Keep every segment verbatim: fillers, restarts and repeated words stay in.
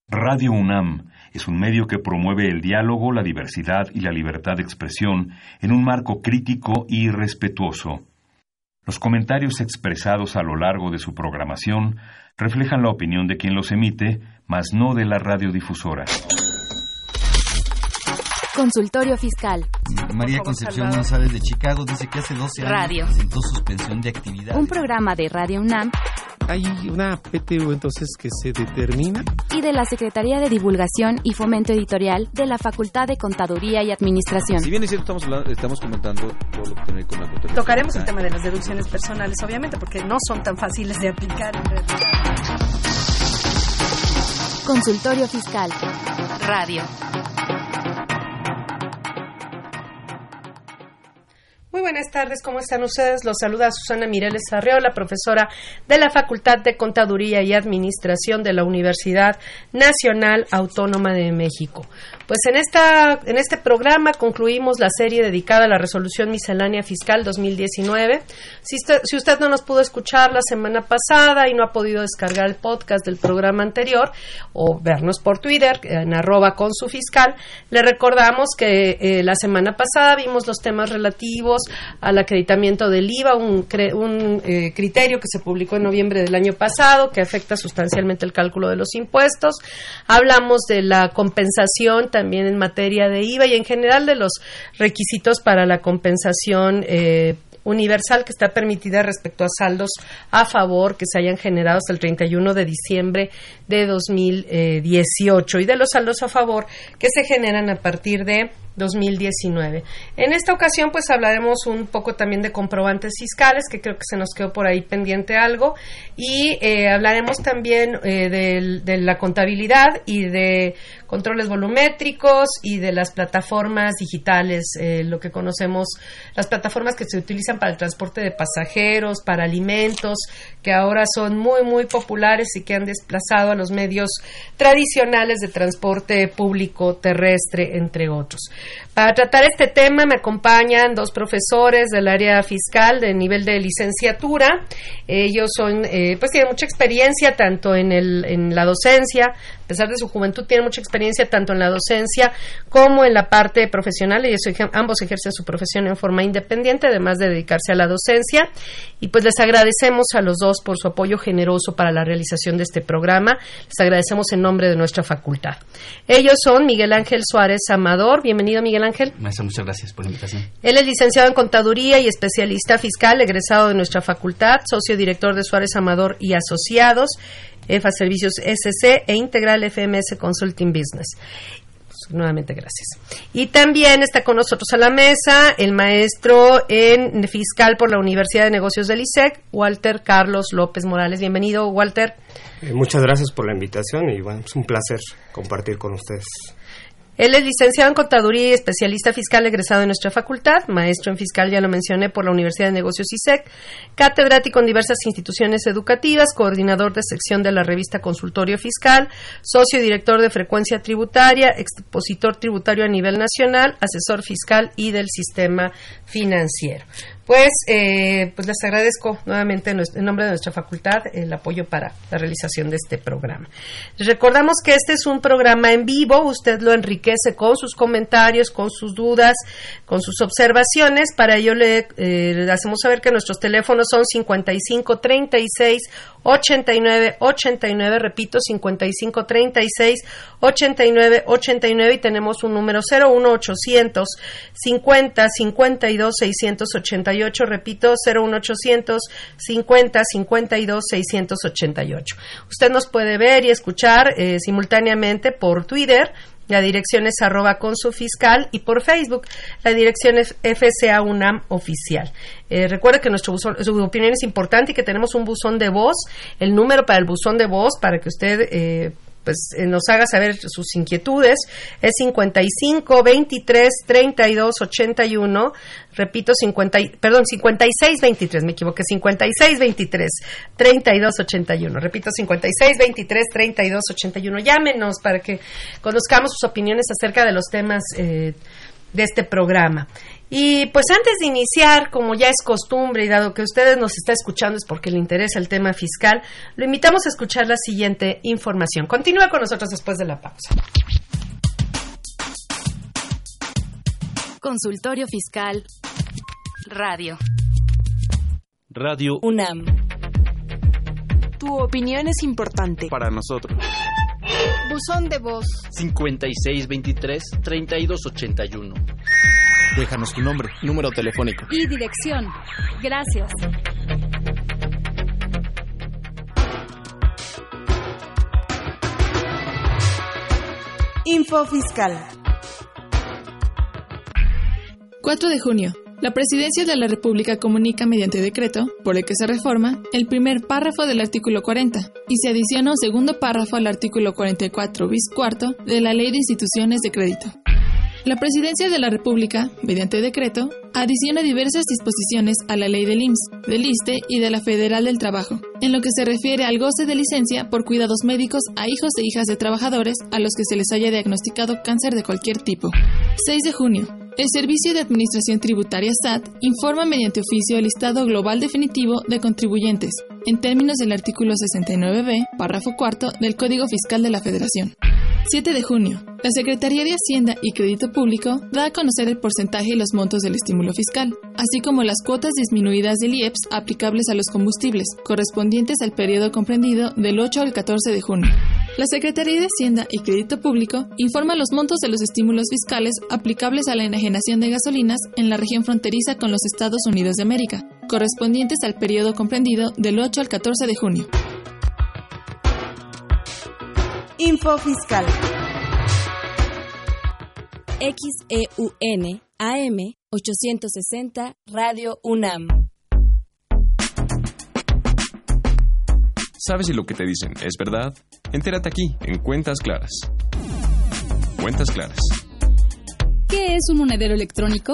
Radio UNAM es un medio que promueve el diálogo, la diversidad y la libertad de expresión en un marco crítico y respetuoso. Los comentarios expresados a lo largo de su programación reflejan la opinión de quien los emite, mas no de la radiodifusora. Consultorio Fiscal. María Concepción González de Chicago dice que hace doce años Radio. presentó suspensión de actividad. Un programa de Radio UNAM. Hay una P T U entonces que se determina. Y de la Secretaría de Divulgación y Fomento Editorial de la Facultad de Contaduría y Administración. Si bien es cierto, estamos, hablando, estamos comentando todo lo que tiene con la contabilidad. Tocaremos el tema de las deducciones personales, obviamente, porque no son tan fáciles de aplicar en realidad. Consultorio Fiscal. Radio. Muy buenas tardes, ¿cómo están ustedes? Los saluda Susana Mireles Arreola, profesora de la Facultad de Contaduría y Administración de la Universidad Nacional Autónoma de México. Pues en esta en este programa concluimos la serie dedicada a la Resolución Miscelánea Fiscal dos mil diecinueve. Si usted, si usted no nos pudo escuchar la semana pasada y no ha podido descargar el podcast del programa anterior o vernos por Twitter en arroba con su fiscal, le recordamos que eh, la semana pasada vimos los temas relativos al acreditamiento del I V A, un, cre- un eh, criterio que se publicó en noviembre del año pasado que afecta sustancialmente el cálculo de los impuestos. Hablamos de la compensación también en materia de I V A y en general de los requisitos para la compensación eh, universal que está permitida respecto a saldos a favor que se hayan generado hasta el treinta y uno de diciembre de dos mil dieciocho y de los saldos a favor que se generan a partir de dos mil diecinueve. En esta ocasión pues hablaremos un poco también de comprobantes fiscales, que creo que se nos quedó por ahí pendiente algo, y eh, hablaremos también eh, de, de la contabilidad y de controles volumétricos y de las plataformas digitales, eh, lo que conocemos, las plataformas que se utilizan para el transporte de pasajeros, para alimentos, que ahora son muy muy populares y que han desplazado a los medios tradicionales de transporte público terrestre, entre otros. Para tratar este tema me acompañan dos profesores del área fiscal de nivel de licenciatura. Ellos son, eh, pues tienen mucha experiencia tanto en, el, en la docencia, a pesar de su juventud tienen mucha experiencia tanto en la docencia como en la parte profesional. Ellos ambos ejercen su profesión en forma independiente, además de dedicarse a la docencia. Y pues les agradecemos a los dos por su apoyo generoso para la realización de este programa. Les agradecemos en nombre de nuestra facultad. Ellos son Miguel Ángel Suárez Amador. Bienvenido, Miguel Ángel. Maestra, muchas gracias por la invitación. Él es licenciado en Contaduría y especialista fiscal, egresado de nuestra facultad, socio director de Suárez Amador y Asociados, E F A Servicios S C e Integral F M S Consulting Business. Nuevamente gracias. Y también está con nosotros a la mesa el maestro en fiscal por la Universidad de Negocios del I S E C, Walter Carlos López Morales. Bienvenido, Walter. Eh, muchas gracias por la invitación y bueno, es un placer compartir con ustedes. Él es licenciado en Contaduría y especialista fiscal egresado de nuestra facultad, maestro en fiscal, ya lo mencioné, por la Universidad de Negocios I S E C, catedrático en diversas instituciones educativas, coordinador de sección de la revista Consultorio Fiscal, socio y director de Frecuencia Tributaria, expositor tributario a nivel nacional, asesor fiscal y del sistema financiero. Pues, eh, pues les agradezco nuevamente en nombre de nuestra facultad el apoyo para la realización de este programa. Les recordamos que este es un programa en vivo, usted lo enriquece con sus comentarios, con sus dudas, con sus observaciones. Para ello le, eh, le hacemos saber que nuestros teléfonos son cincuenta y cinco treinta y seis ochenta y nueve ochenta y nueve, repito, cincuenta y cinco treinta y seis ochenta y nueve ochenta y nueve, y tenemos un número cero uno ochocientos cincuenta cincuenta y dos seiscientos ochenta y ocho, repito, cero uno ochocientos cincuenta cincuenta y dos seiscientos ochenta y ocho. Usted nos puede ver y escuchar eh, simultáneamente por Twitter. La dirección es arroba con su fiscal, y por Facebook la dirección es F C A UNAM oficial. Eh, recuerde que nuestro buzón, su opinión es importante y que tenemos un buzón de voz. El número para el buzón de voz, para que usted eh, pues eh, nos haga saber sus inquietudes, es cincuenta y cinco veintitrés treinta y dos ochenta y uno, repito, cincuenta, perdón, cincuenta y seis veintitrés, me equivoqué, cincuenta y seis veintitrés treinta y dos ochenta y uno, repito, cincuenta y seis veintitrés treinta y dos ochenta y uno. Llámenos para que conozcamos sus opiniones acerca de los temas eh, de este programa. Y pues antes de iniciar, como ya es costumbre y dado que ustedes nos está escuchando es porque le interesa el tema fiscal, lo invitamos a escuchar la siguiente información. Continúa con nosotros después de la pausa. Consultorio Fiscal Radio. Radio UNAM. Tu opinión es importante para nosotros. Buzón de voz cincuenta y seis veintitrés treinta y dos ochenta y uno. Déjanos tu nombre, número telefónico y dirección. Gracias. Info Fiscal. cuatro de junio. La Presidencia de la República comunica mediante decreto, por el que se reforma, el primer párrafo del artículo cuarenta y se adiciona un segundo párrafo al artículo cuarenta y cuatro bis cuarto de la Ley de Instituciones de Crédito. La Presidencia de la República, mediante decreto, adiciona diversas disposiciones a la Ley del I M S S, del ISSSTE y de la Federal del Trabajo, en lo que se refiere al goce de licencia por cuidados médicos a hijos e hijas de trabajadores a los que se les haya diagnosticado cáncer de cualquier tipo. seis de junio. El Servicio de Administración Tributaria S A T informa mediante oficio el listado global definitivo de contribuyentes, en términos del artículo sesenta y nueve be, párrafo cuarto del Código Fiscal de la Federación. siete de junio. La Secretaría de Hacienda y Crédito Público da a conocer el porcentaje y los montos del estímulo fiscal, así como las cuotas disminuidas del I E P S aplicables a los combustibles, correspondientes al periodo comprendido del ocho al catorce de junio. La Secretaría de Hacienda y Crédito Público informa los montos de los estímulos fiscales aplicables a la enajenación de gasolinas en la región fronteriza con los Estados Unidos de América, correspondientes al periodo comprendido del ocho al catorce de junio. Info Fiscal. X E U N A M ochocientos sesenta Radio UNAM. ¿Sabes si lo que te dicen es verdad? Entérate aquí, en Cuentas Claras. Cuentas Claras. ¿Qué es un monedero electrónico?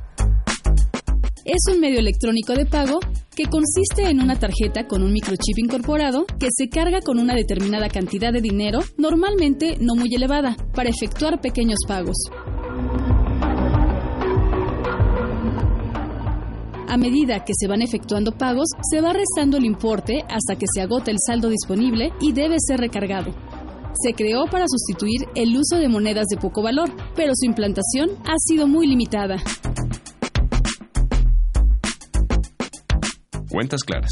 Es un medio electrónico de pago que consiste en una tarjeta con un microchip incorporado que se carga con una determinada cantidad de dinero, normalmente no muy elevada, para efectuar pequeños pagos. A medida que se van efectuando pagos, se va restando el importe hasta que se agota el saldo disponible y debe ser recargado. Se creó para sustituir el uso de monedas de poco valor, pero su implantación ha sido muy limitada. Cuentas Claras.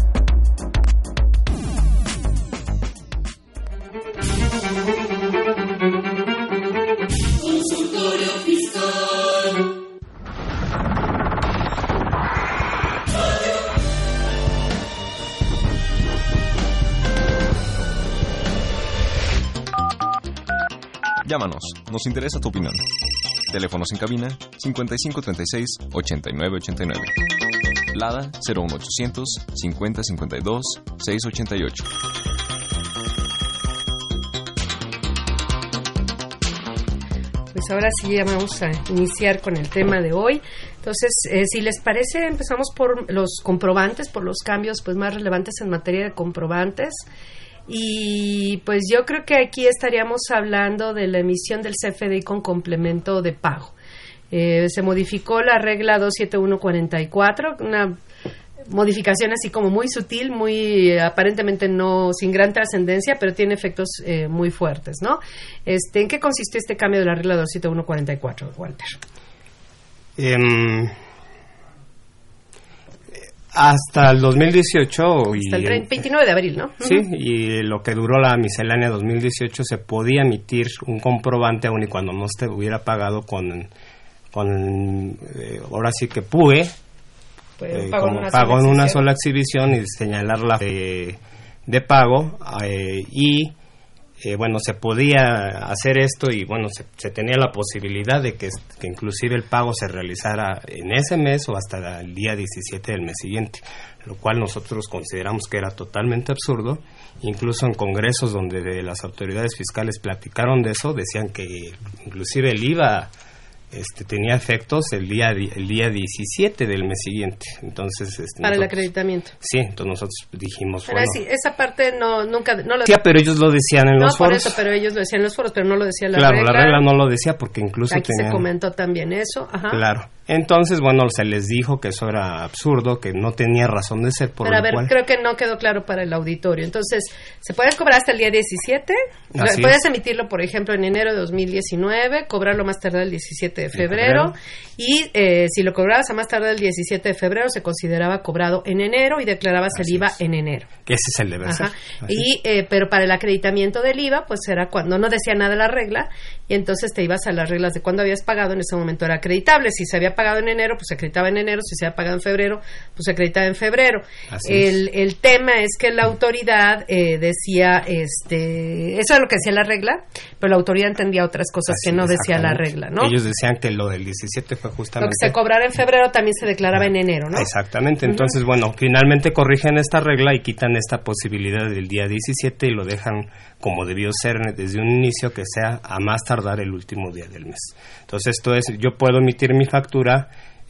Consultorio Fiscal. Llámanos, nos interesa tu opinión. Teléfonos en cabina cincuenta y cinco treinta y seis ochenta y nueve ochenta y nueve. Lada cero uno ochocientos cincuenta cincuenta y dos seiscientos ochenta y ocho. Pues ahora sí ya vamos a iniciar con el tema de hoy. Entonces, eh, si les parece, empezamos por los comprobantes, por los cambios pues más relevantes en materia de comprobantes. Y pues yo creo que aquí estaríamos hablando de la emisión del C F D I con complemento de pago. Eh, se modificó la regla dos siete uno cuarenta y cuatro, una modificación así como muy sutil, muy eh, aparentemente no sin gran trascendencia, pero tiene efectos eh, muy fuertes, ¿no? Este, ¿en qué consistió este cambio de la regla dos siete uno cuarenta y cuatro, Walter? Um, hasta el dos mil dieciocho hasta y el veintinueve de abril, ¿no? Sí, y lo que duró la miscelánea dos mil dieciocho se podía emitir un comprobante aun y cuando no se hubiera pagado con con eh, ahora sí que P U E, eh, pago como en pago en una sola exhibición y señalar la de, de pago eh, y eh, bueno, se podía hacer esto y bueno, se, se tenía la posibilidad de que, que inclusive el pago se realizara en ese mes o hasta el día diecisiete del mes siguiente, lo cual nosotros consideramos que era totalmente absurdo. Incluso en congresos donde de las autoridades fiscales platicaron de eso, decían que inclusive el I V A Este, tenía efectos el día el día diecisiete del mes siguiente. Entonces este, para nosotros, el acreditamiento. Sí, entonces nosotros dijimos, pero bueno, sí, esa parte no nunca no lo decía, pero ellos lo decían en no, los por foros. eso, pero ellos lo decían en los foros, pero no lo decía la claro, regla. Claro, la regla no lo decía porque incluso aquí tenían, se comentó también eso, ajá. Claro, Entonces, bueno, se les dijo que eso era absurdo, que no tenía razón de ser. Por Pero a lo ver, cual... creo que no quedó claro para el auditorio. Entonces, ¿se puede cobrar hasta el día diecisiete? Así Puedes es. emitirlo, por ejemplo, en enero de dos mil diecinueve, cobrarlo más tardar el diecisiete de febrero, y eh, si lo cobrabas a más tardar el diecisiete de febrero, se consideraba cobrado en enero y declarabas Así el I V A es. en enero. Que ese es el deber Ajá. ser. Y, eh, pero para el acreditamiento del I V A, pues era cuando no decía nada la regla, y entonces te ibas a las reglas de cuándo habías pagado, en ese momento era acreditable. Si se había pagado en enero, pues se acreditaba en enero, si se había pagado en febrero, pues se acreditaba en febrero. Así El, es. el tema es que la autoridad eh, decía, este, eso es lo que decía la regla, pero la autoridad entendía otras cosas Así, que no decía la exactamente. regla, ¿no? Ellos decían que lo del diecisiete fue Lo justamente... que se cobrara en febrero también se declaraba en enero, ¿no? Exactamente, entonces, uh-huh. bueno, finalmente corrigen esta regla y quitan esta posibilidad del día diecisiete y lo dejan como debió ser desde un inicio, que sea a más tardar el último día del mes. Entonces, esto es, yo puedo emitir mi factura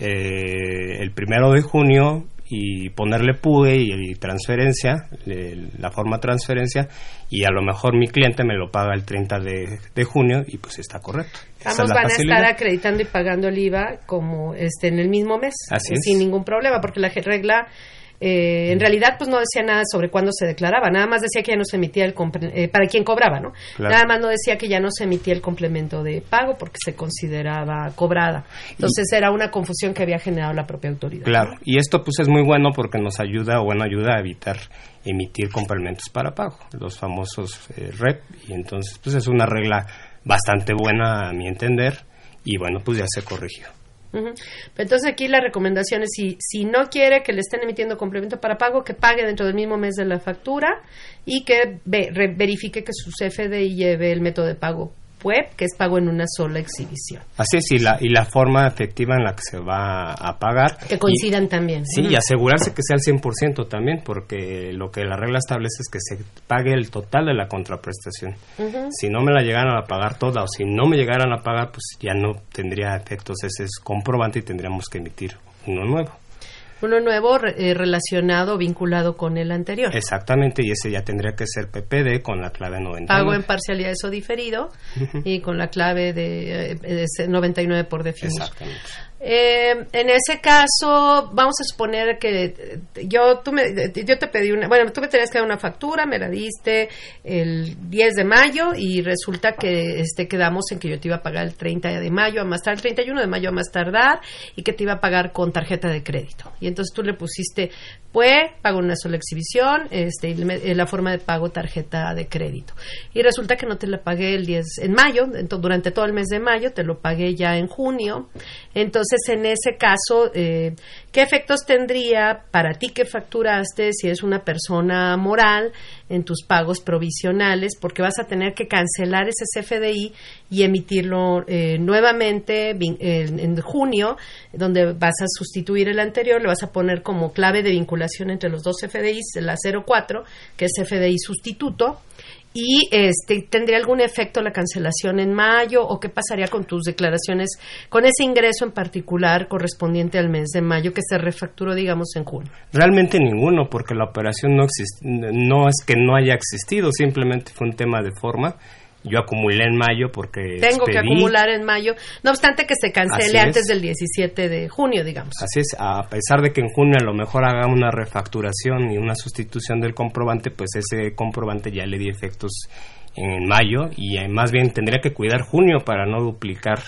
eh, el primero de junio y ponerle P U E y, y transferencia, eh, la forma transferencia, y a lo mejor mi cliente me lo paga el treinta de, de junio y pues está correcto. Ambos van a estar acreditando y pagando el I V A como este en el mismo mes, Así eh, es. sin ningún problema, porque la regla eh, en realidad pues no decía nada sobre cuándo se declaraba, nada más decía que ya no se emitía el compre- eh, para quien cobraba, ¿no? Claro. Nada más no decía que ya no se emitía el complemento de pago porque se consideraba cobrada. Entonces y, era una confusión que había generado la propia autoridad. Claro, ¿no? Y esto pues es muy bueno porque nos ayuda, o bueno, ayuda a evitar emitir complementos para pago, los famosos eh, R E P, y entonces pues es una regla bastante buena a mi entender, y bueno, pues ya se corrigió. Uh-huh. Entonces aquí la recomendación es si, si no quiere que le estén emitiendo complemento para pago, que pague dentro del mismo mes de la factura y que ve, re, verifique que su C F D I lleve el método de pago P U E P, que es pago en una sola exhibición. Así es, y la, y la forma efectiva en la que se va a pagar. Que coincidan y, también. Sí, uh-huh. y asegurarse que sea al cien por ciento también, porque lo que la regla establece es que se pague el total de la contraprestación. Uh-huh. Si no me la llegaran a pagar toda, o si no me llegaran a pagar, pues ya no tendría efectos ese es comprobante y tendríamos que emitir uno nuevo. Uno nuevo eh, relacionado, vinculado con el anterior. Exactamente, y ese ya tendría que ser P P D con la clave noventa y nueve. Pago en parcialidades o diferido, uh-huh. y con la clave de eh, noventa y nueve por definir. Exactamente. Eh, en ese caso, vamos a suponer que yo tú me, yo te pedí una, bueno, tú me tenías que dar una factura, me la diste el diez de mayo y resulta que este quedamos en que yo te iba a pagar el treinta de mayo a más tardar, el treinta y uno de mayo a más tardar, y que te iba a pagar con tarjeta de crédito. Y entonces tú le pusiste, pues, pago una sola exhibición, este, y la forma de pago tarjeta de crédito. Y resulta que no te la pagué el diez en mayo, entonces, durante todo el mes de mayo, te lo pagué ya en junio. Entonces, en ese caso, eh, ¿qué efectos tendría para ti que facturaste si eres una persona moral en tus pagos provisionales? Porque vas a tener que cancelar ese C F D I y emitirlo eh, nuevamente en, en junio, donde vas a sustituir el anterior, le vas a poner como clave de vinculación entre los dos C F D Is, la cero cuatro, que es C F D I sustituto. ¿Y este tendría algún efecto la cancelación en mayo, o qué pasaría con tus declaraciones, con ese ingreso en particular correspondiente al mes de mayo que se refacturó, digamos, en junio? Realmente ninguno, porque la operación no exist- no es que no haya existido, simplemente fue un tema de forma. Yo acumulé en mayo porque Tengo expedí. que acumular en mayo, no obstante que se cancele Así antes es. del diecisiete de junio, digamos. Así es, a pesar de que en junio a lo mejor haga una refacturación y una sustitución del comprobante, pues ese comprobante ya le di efectos en mayo, y eh, más bien tendría que cuidar junio para no duplicar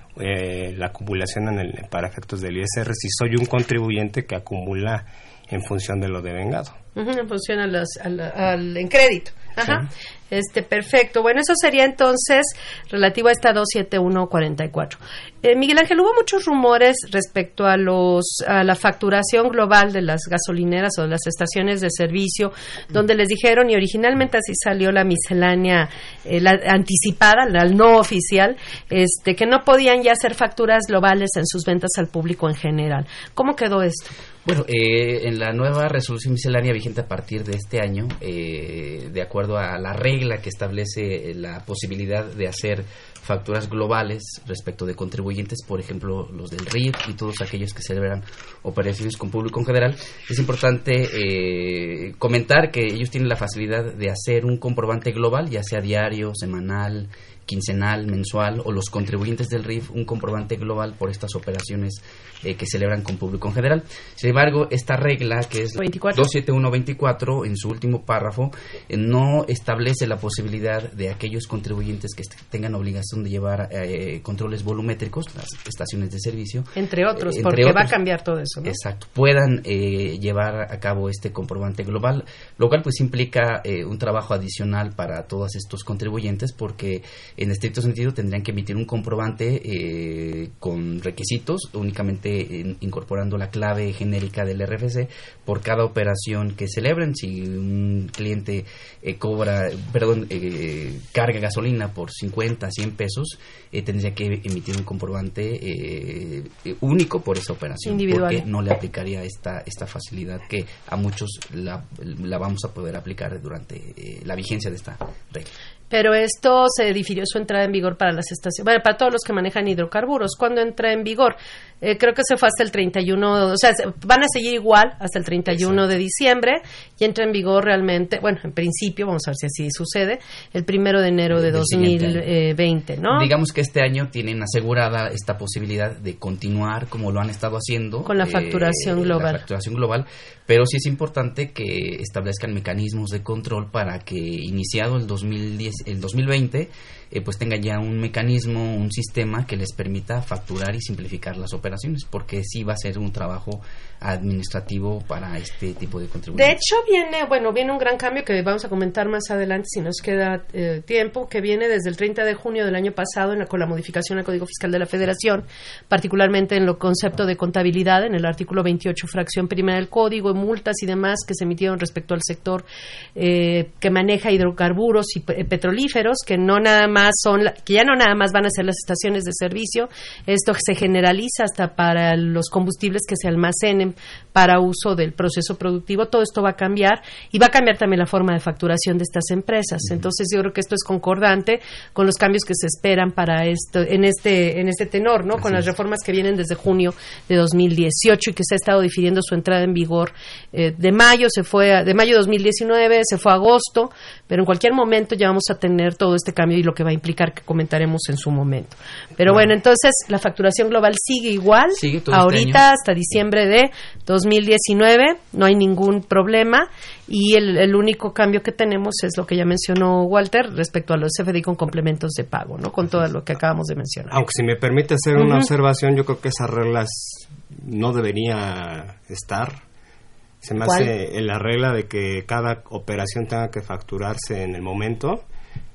eh, la acumulación en el, para efectos del I S R si soy un contribuyente que acumula en función de lo devengado. Uh-huh, en función a las, a la, al en crédito. Ajá. Sí. Este, perfecto. Bueno, eso sería entonces relativo a esta doscientos setenta y uno cuarenta y cuatro. Eh, Miguel Ángel, hubo muchos rumores respecto a los a la facturación global de las gasolineras o de las estaciones de servicio, donde les dijeron, y originalmente así salió la miscelánea eh, la anticipada, la no oficial, este, que no podían ya hacer facturas globales en sus ventas al público en general. ¿Cómo quedó esto? Bueno, eh, en la nueva resolución miscelánea vigente a partir de este año, eh, de acuerdo a la regla que establece la posibilidad de hacer facturas globales respecto de contribuyentes, por ejemplo, los del R I F y todos aquellos que celebran operaciones con público en general, es importante eh, comentar que ellos tienen la facilidad de hacer un comprobante global, ya sea diario, semanal, quincenal, mensual, o los contribuyentes del R I F un comprobante global por estas operaciones eh, que celebran con público en general. Sin embargo, esta regla, que es veinticuatro. doscientos setenta y uno veinticuatro, en su último párrafo, eh, no establece la posibilidad de aquellos contribuyentes que est- tengan obligación de llevar eh, controles volumétricos, las estaciones de servicio, entre otros, eh, entre porque otros, va a cambiar todo eso, ¿no? Exacto, puedan eh, llevar a cabo este comprobante global, lo cual pues implica eh, un trabajo adicional para todos estos contribuyentes, porque en estricto sentido tendrían que emitir un comprobante eh, con requisitos, únicamente eh, incorporando la clave genérica del R F C por cada operación que celebren. Si un cliente eh, cobra, perdón, eh, carga gasolina por cincuenta, cien pesos, eh, tendría que emitir un comprobante eh, único por esa operación, individual, porque no le aplicaría esta esta facilidad que a muchos la, la vamos a poder aplicar durante eh, la vigencia de esta regla. Pero esto se difirió su entrada en vigor para las estaciones, bueno, para todos los que manejan hidrocarburos. ¿Cuándo entra en vigor? Eh, creo que se fue hasta el treinta y uno, o sea, van a seguir igual hasta el treinta y uno Exacto. de diciembre, y entra en vigor realmente, bueno, en principio, vamos a ver si así sucede, el primero de enero de dos mil veinte, ¿no? Digamos que este año tienen asegurada esta posibilidad de continuar como lo han estado haciendo. Con la facturación eh, global. La facturación global, pero sí es importante que establezcan mecanismos de control para que, iniciado el dos mil diez, el dos mil veinte, eh, pues tengan ya un mecanismo, un sistema que les permita facturar y simplificar las operaciones, porque sí va a ser un trabajo administrativo para este tipo de contribuyentes. De hecho, viene, bueno, viene un gran cambio que vamos a comentar más adelante si nos queda eh, tiempo, que viene desde el treinta de junio del año pasado en la, con la modificación al Código Fiscal de la Federación, particularmente en lo concepto de contabilidad, en el artículo veintiocho, fracción primera del Código, multas y demás que se emitieron respecto al sector eh, que maneja hidrocarburos y pe- petrolíferos, que no nada más son, la, que ya no nada más van a ser las estaciones de servicio. Esto se generaliza hasta para los combustibles que se almacenen para uso del proceso productivo. Todo esto va a cambiar, y va a cambiar también la forma de facturación de estas empresas. Entonces yo creo que esto es concordante con los cambios que se esperan para esto en este en este tenor, ¿no? Así con las reformas que vienen desde junio de dos mil dieciocho y que se ha estado difiriendo su entrada en vigor eh, de mayo se fue a, de mayo de dos mil diecinueve se fue a agosto, pero en cualquier momento ya vamos a tener todo este cambio y lo que va a implicar, que comentaremos en su momento. Pero bueno, bueno entonces la facturación global sigue igual, sigue todo ahorita este año. Hasta diciembre de dos mil diecinueve, no hay ningún problema, y el, el único cambio que tenemos es lo que ya mencionó Walter respecto a los C F D I con complementos de pago, ¿no? Con todo lo que acabamos de mencionar. Aunque si me permite hacer uh-huh. una observación, yo creo que esas reglas no debería estar. Se me ¿Cuál? hace la regla de que cada operación tenga que facturarse en el momento.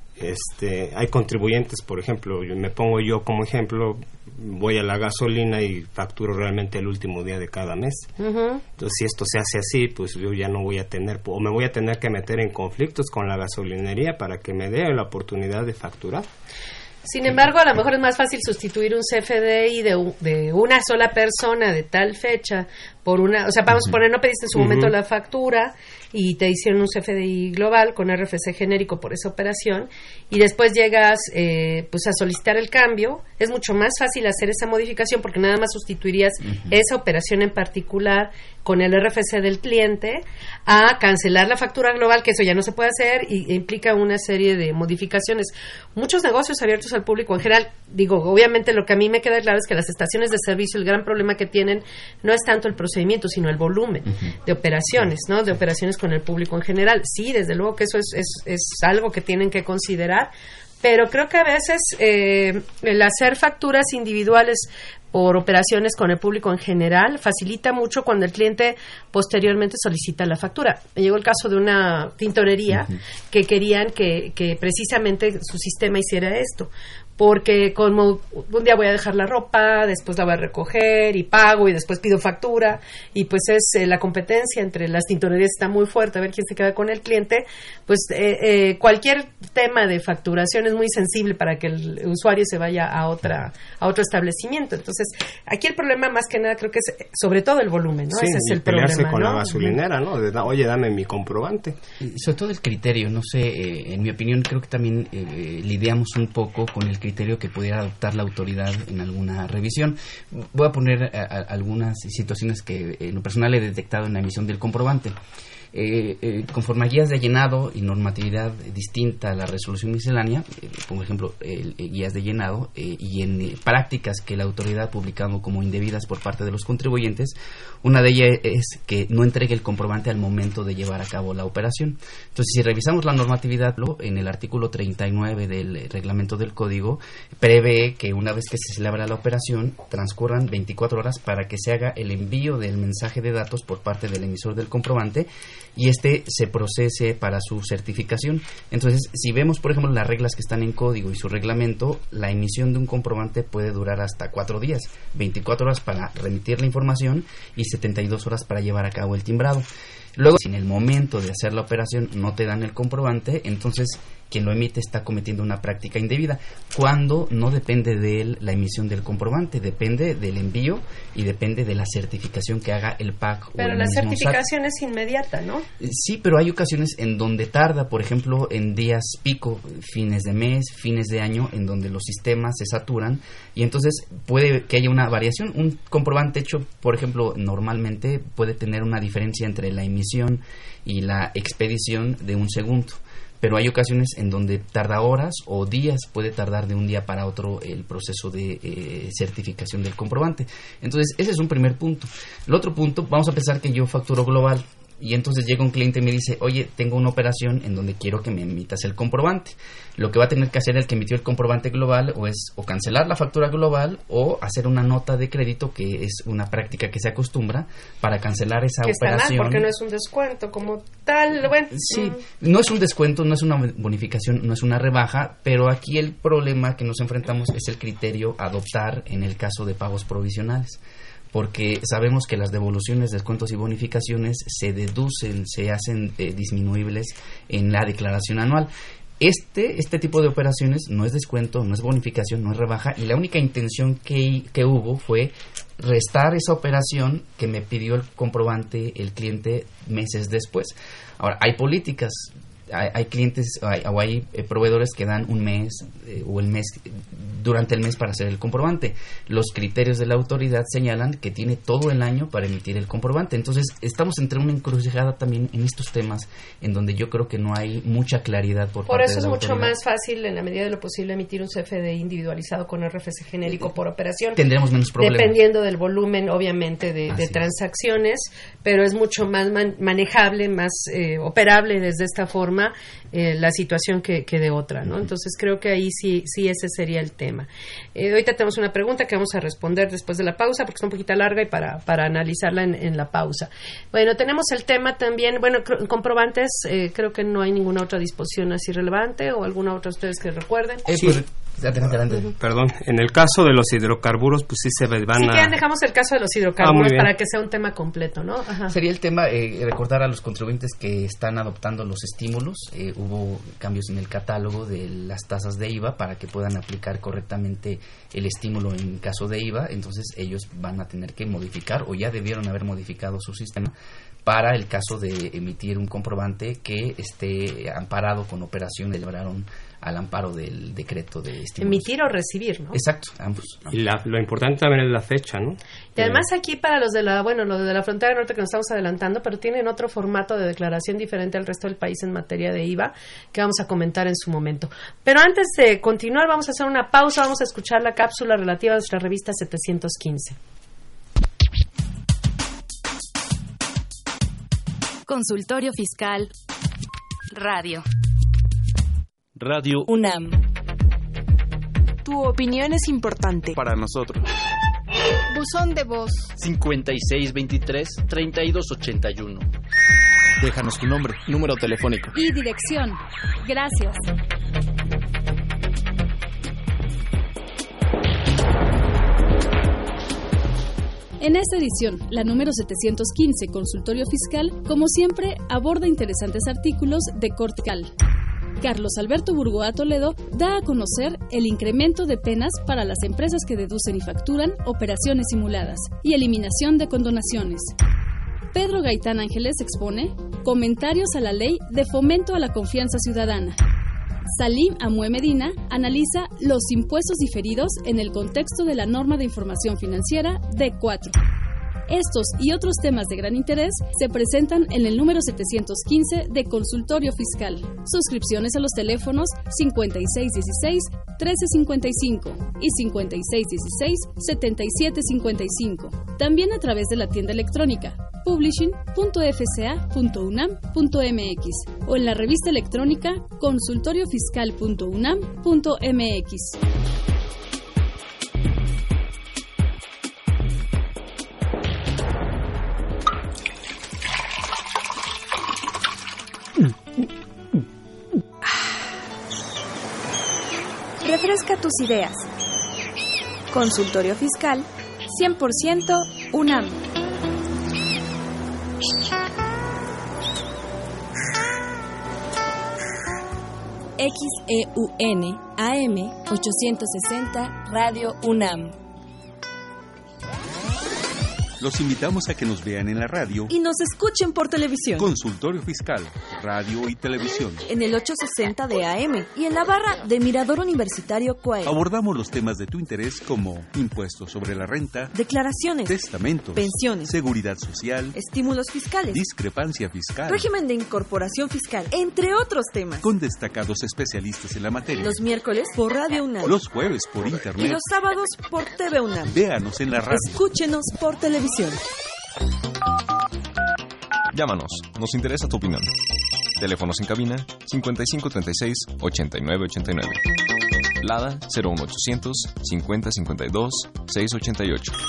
Este, hay contribuyentes, por ejemplo, yo me pongo yo como ejemplo, voy a la gasolina y facturo realmente el último día de cada mes. Uh-huh. Entonces, si esto se hace así, pues yo ya no voy a tener, o me voy a tener que meter en conflictos con la gasolinería para que me dé la oportunidad de facturar. Sin embargo, a lo mejor es más fácil sustituir un C F D I de, u- de una sola persona de tal fecha por una, o sea, vamos a poner, no pediste en su uh-huh. momento la factura y te hicieron un C F D I global con R F C genérico por esa operación, y después llegas eh, pues a solicitar el cambio. Es mucho más fácil hacer esa modificación porque nada más sustituirías uh-huh. esa operación en particular con el R F C del cliente a cancelar la factura global, que eso ya no se puede hacer y implica una serie de modificaciones. Muchos negocios abiertos al público en general, digo, obviamente lo que a mí me queda claro es que las estaciones de servicio, el gran problema que tienen no es tanto el procedimiento, sino el volumen uh-huh. de operaciones, ¿no? De operaciones con el público en general. Sí, desde luego que eso es, es, es algo que tienen que considerar, pero creo que a veces eh, el hacer facturas individuales por operaciones con el público en general facilita mucho cuando el cliente posteriormente solicita la factura. Me llegó el caso de una tintorería uh-huh. que querían que, que precisamente su sistema hiciera esto, porque como un día voy a dejar la ropa, después la voy a recoger y pago y después pido factura, y pues es eh, la competencia entre las tintorerías está muy fuerte, a ver quién se queda con el cliente. Pues eh, eh, cualquier tema de facturación es muy sensible para que el usuario se vaya a otra a otro establecimiento. Entonces, aquí el problema más que nada creo que es sobre todo el volumen, ¿no? Sí, ese es el pelearse problema, con ¿no? la gasolinera, ¿no? De, oye, dame mi comprobante. Y sobre todo el criterio, no sé, eh, en mi opinión creo que también eh, lidiamos un poco con el criterio que pudiera adoptar la autoridad en alguna revisión. Voy a poner a, a, algunas situaciones que en lo personal he detectado en la emisión del comprobante. Eh, eh, conforme a guías de llenado y normatividad distinta a la resolución miscelánea, eh, por ejemplo, eh, eh, guías de llenado eh, y en eh, prácticas que la autoridad ha publicado como indebidas por parte de los contribuyentes, una de ellas es que no entregue el comprobante al momento de llevar a cabo la operación. Entonces, si revisamos la normatividad, en el artículo treinta y nueve del reglamento del código, prevé que una vez que se celebra la operación, transcurran veinticuatro horas para que se haga el envío del mensaje de datos por parte del emisor del comprobante y este se procese para su certificación. Entonces, si vemos, por ejemplo, las reglas que están en código y su reglamento, la emisión de un comprobante puede durar hasta cuatro días, veinticuatro horas para remitir la información y setenta y dos horas para llevar a cabo el timbrado. Luego, si en el momento de hacer la operación no te dan el comprobante, entonces quien lo emite está cometiendo una práctica indebida, cuando no depende de él la emisión del comprobante, depende del envío y depende de la certificación que haga el P A C. Pero o el la mismo certificación es inmediata, ¿no? Sí, pero hay ocasiones en donde tarda, por ejemplo, en días pico, fines de mes, fines de año, en donde los sistemas se saturan y entonces puede que haya una variación. Un comprobante hecho, por ejemplo, normalmente puede tener una diferencia entre la emisión y la expedición de un segundo. Pero hay ocasiones en donde tarda horas o días, puede tardar de un día para otro el proceso de eh, certificación del comprobante. Entonces, ese es un primer punto. El otro punto, vamos a pensar que yo facturo global y entonces llega un cliente y me dice, oye, tengo una operación en donde quiero que me emitas el comprobante. Lo que va a tener que hacer el que emitió el comprobante global o es o cancelar la factura global o hacer una nota de crédito, que es una práctica que se acostumbra para cancelar esa que operación. Está mal porque no es un descuento como tal. Bueno, sí, mm. no es un descuento, no es una bonificación, no es una rebaja, pero aquí el problema que nos enfrentamos es el criterio a adoptar en el caso de pagos provisionales, porque sabemos que las devoluciones, descuentos y bonificaciones se deducen, se hacen eh, disminuibles en la declaración anual. Este, este tipo de operaciones no es descuento, no es bonificación, no es rebaja, y la única intención que, que hubo fue restar esa operación que me pidió el comprobante el cliente meses después. Ahora, hay políticas, hay, hay clientes hay, o hay eh, proveedores que dan un mes eh, o el mes durante el mes para hacer el comprobante. Los criterios de la autoridad señalan que tiene todo el año para emitir el comprobante. Entonces, estamos entre una encrucijada también en estos temas en donde yo creo que no hay mucha claridad por, por parte de la eso es mucho autoridad. más fácil, en la medida de lo posible, emitir un C F D I individualizado con R F C genérico por operación. Tendremos menos problemas. Dependiendo del volumen, obviamente, de, de es. transacciones, pero es mucho más man, manejable, más eh, operable desde esta forma eh, la situación que, que de otra, ¿no? Entonces, creo que ahí sí, sí ese sería el tema. Eh, ahorita tenemos una pregunta que vamos a responder después de la pausa, porque está un poquito larga y para, para analizarla en, en la pausa. Bueno, tenemos el tema también, bueno, cr- comprobantes, eh, creo que no hay ninguna otra disposición así relevante o alguna otra ustedes que recuerden. Eh, pues, adelante, adelante. Uh-huh. Perdón, en el caso de los hidrocarburos, pues sí se van sí, a... que dejamos el caso de los hidrocarburos ah, para que sea un tema completo, ¿no? Ajá. Sería el tema, eh, recordar a los contribuyentes que están adoptando los estímulos. Eh, hubo cambios en el catálogo de las tasas de I V A para que puedan aplicar correctamente el estímulo en caso de I V A. Entonces ellos van a tener que modificar o ya debieron haber modificado su sistema para el caso de emitir un comprobante que esté amparado con operaciones que lograron al amparo del decreto de estímulos. Emitir o recibir, ¿no? Exacto, ambos. Y la, lo importante también es la fecha, ¿no? Y además aquí para los de la, bueno, los de la frontera norte que nos estamos adelantando, pero tienen otro formato de declaración diferente al resto del país en materia de I V A que vamos a comentar en su momento. Pero antes de continuar vamos a hacer una pausa, vamos a escuchar la cápsula relativa a nuestra revista setecientos quince. Consultorio Fiscal Radio. Radio UNAM. Tu opinión es importante. Para nosotros. Buzón de voz. cincuenta y seis veintitrés, treinta y dos ochenta y uno. Déjanos tu nombre, número telefónico. Y dirección. Gracias. En esta edición, la número setecientos quince, Consultorio Fiscal, como siempre, aborda interesantes artículos de corte fiscal. Carlos Alberto Burgoa Toledo da a conocer el incremento de penas para las empresas que deducen y facturan operaciones simuladas y eliminación de condonaciones. Pedro Gaitán Ángeles expone comentarios a la ley de fomento a la confianza ciudadana. Salim Amue Medina analiza los impuestos diferidos en el contexto de la norma de información financiera D cuatro. Estos y otros temas de gran interés se presentan en el número setecientos quince de Consultorio Fiscal. Suscripciones a los teléfonos cincuenta y seis dieciséis, trece cincuenta y cinco y cincuenta y seis dieciséis, setenta y siete cincuenta y cinco. También a través de la tienda electrónica publishing punto f c a punto u n a m punto m x o en la revista electrónica consultorio fiscal punto u n a m punto m x. Refresca tus ideas. Consultorio Fiscal cien por ciento UNAM. X E U N A M ochocientos sesenta Radio UNAM. Los invitamos a que nos vean en la radio y nos escuchen por televisión. Consultorio Fiscal, radio y televisión. En el ochocientos sesenta de A M y en la barra de Mirador Universitario Coahuila. Abordamos los temas de tu interés como impuestos sobre la renta, declaraciones, testamentos, pensiones, seguridad social, estímulos fiscales, discrepancia fiscal, régimen de incorporación fiscal, entre otros temas. Con destacados especialistas en la materia. Los miércoles por Radio UNAM. Los jueves por internet. Y los sábados por T V UNAM. Véanos en la radio. Escúchenos por televisión. Llámanos, nos interesa tu opinión. Teléfonos en cabina cincuenta y cinco treinta y seis, ochenta y nueve ochenta y nueve. Lada cero uno ochocientos cincuenta cincuenta y dos seiscientos ochenta y ocho.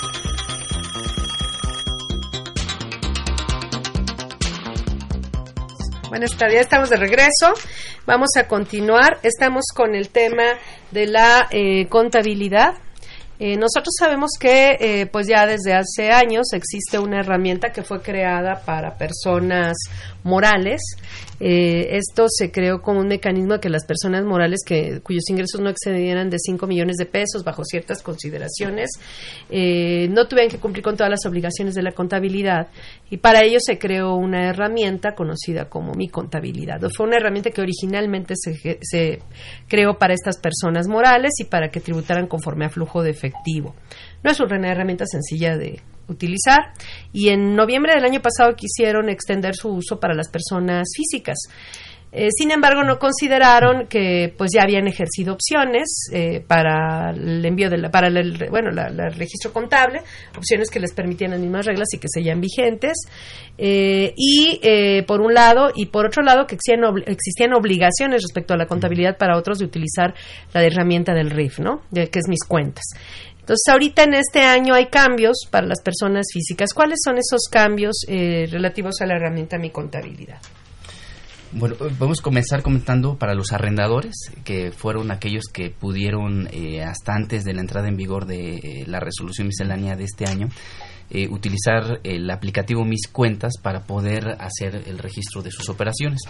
Buenas tardes, ya estamos de regreso. Vamos a continuar. Estamos con el tema de la eh, contabilidad. Eh, nosotros sabemos que eh, pues ya desde hace años existe una herramienta que fue creada para personas morales. Eh, esto se creó como un mecanismo de que las personas morales que cuyos ingresos no excedieran de cinco millones de pesos bajo ciertas consideraciones eh, no tuvieran que cumplir con todas las obligaciones de la contabilidad, y para ello se creó una herramienta conocida como Mi Contabilidad. Fue una herramienta que originalmente se, se creó para estas personas morales y para que tributaran conforme a flujo de efectivo. No es una herramienta sencilla de utilizar, y en noviembre del año pasado quisieron extender su uso para las personas físicas. Eh, sin embargo, no consideraron que pues ya habían ejercido opciones eh, para el envío de la, para el, bueno, la, la, el registro contable, opciones que les permitían las mismas reglas y que seguían vigentes, eh, y eh, por un lado, y por otro lado que existían, ob- existían obligaciones respecto a la contabilidad para otros de utilizar la herramienta del R I F, ¿no? De, que es Mis Cuentas. Entonces, ahorita en este año hay cambios para las personas físicas. ¿Cuáles son esos cambios eh, relativos a la herramienta Mi Contabilidad? Bueno, vamos a comenzar comentando para los arrendadores, que fueron aquellos que pudieron, eh, hasta antes de la entrada en vigor de eh, la resolución miscelánea de este año, eh, utilizar el aplicativo Mis Cuentas para poder hacer el registro de sus operaciones.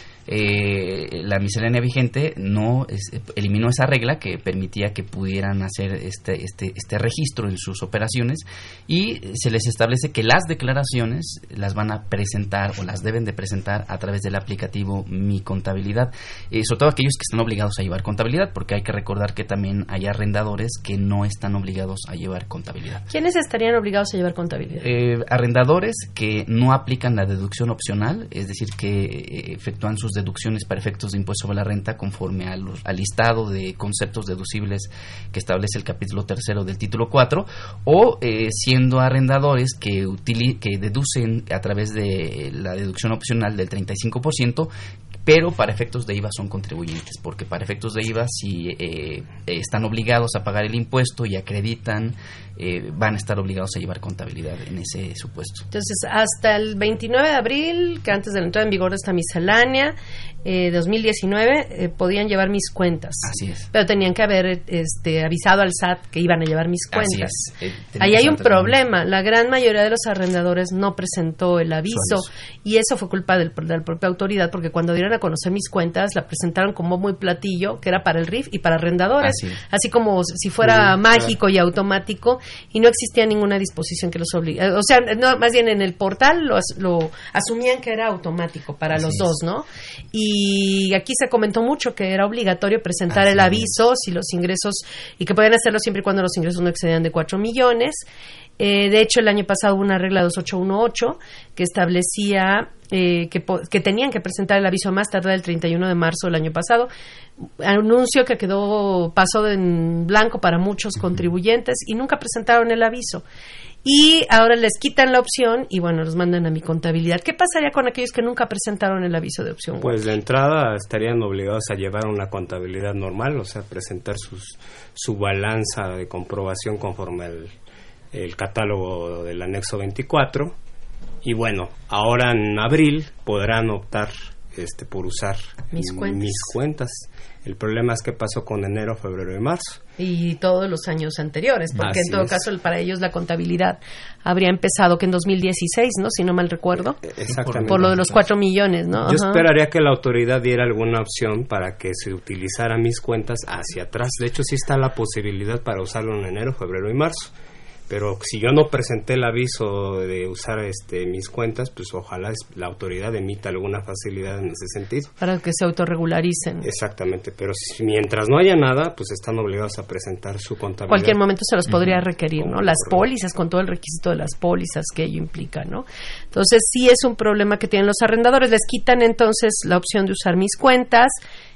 Eh, la miscelánea vigente no es, eliminó esa regla que permitía que pudieran hacer este, este, este registro en sus operaciones, y se les establece que las declaraciones las van a presentar o las deben de presentar a través del aplicativo Mi Contabilidad, eh, sobre todo aquellos que están obligados a llevar contabilidad, porque hay que recordar que también hay arrendadores que no están obligados a llevar contabilidad. ¿Quiénes estarían obligados a llevar contabilidad? Eh, arrendadores que no aplican la deducción opcional, es decir, que eh, efectúan sus deducciones para efectos de impuesto sobre la renta conforme a los, al listado de conceptos deducibles que establece el capítulo tercero del título cuatro, o eh, siendo arrendadores que, utili- que deducen a través de la deducción opcional del treinta y cinco por ciento, pero para efectos de I V A son contribuyentes, porque para efectos de I V A, si eh, están obligados a pagar el impuesto y acreditan, eh, van a estar obligados a llevar contabilidad en ese supuesto. Entonces, hasta el veintinueve de abril, que antes de la entrada en vigor de esta miscelánea, eh, dos mil diecinueve, eh, podían llevar Mis Cuentas. Así es. Pero tenían que haber este, avisado al S A T que iban a llevar Mis Cuentas. Así es. Eh, Ahí hay un problema. La gran mayoría de los arrendadores no presentó el aviso, y eso fue culpa del, de la propia autoridad, porque cuando dieron dieron a conocer mis cuentas, la presentaron como muy platillo, que era para el R I F y para arrendadores, así, así como si fuera uh, mágico claro. y automático, y no existía ninguna disposición que los obligara. O sea, no, más bien en el portal lo, lo asumían que era automático para así los dos, es. ¿no? Y aquí se comentó mucho que era obligatorio presentar así el aviso, es. si los ingresos, y que podían hacerlo siempre y cuando los ingresos no excedían de cuatro millones. Eh, de hecho, el año pasado hubo una regla dos ocho uno ocho que establecía eh, que, po- que tenían que presentar el aviso a más tardar el treinta y uno de marzo del año pasado. Anuncio que quedó, pasó en blanco para muchos contribuyentes y nunca presentaron el aviso. Y ahora les quitan la opción y, bueno, los mandan a mi contabilidad. ¿Qué pasaría con aquellos que nunca presentaron el aviso de opción? Pues de entrada estarían obligados a llevar una contabilidad normal, o sea, presentar sus, su balanza de comprobación conforme al el catálogo del anexo veinticuatro. Y bueno, ahora en abril podrán optar este por usar mis cuentas. mis cuentas. El problema es que pasó con enero, febrero y marzo. Y todos los años anteriores, porque Así en todo es. caso para ellos la contabilidad habría empezado que en dos mil dieciséis, ¿no? Si no mal recuerdo. Exactamente. Por lo de los cuatro millones, ¿no? Yo Ajá. esperaría que la autoridad diera alguna opción para que se utilizara mis cuentas hacia atrás. De hecho, sí está la posibilidad para usarlo en enero, febrero y marzo. Pero si yo no presenté el aviso de usar este mis cuentas, pues ojalá la autoridad emita alguna facilidad en ese sentido. Para que se autorregularicen. Exactamente, pero si, mientras no haya nada, pues están obligados a presentar su contabilidad. Cualquier momento se los podría requerir, ¿no? Las pólizas, con todo el requisito de las pólizas que ello implica, ¿no? Entonces sí es un problema que tienen los arrendadores. Les quitan entonces la opción de usar mis cuentas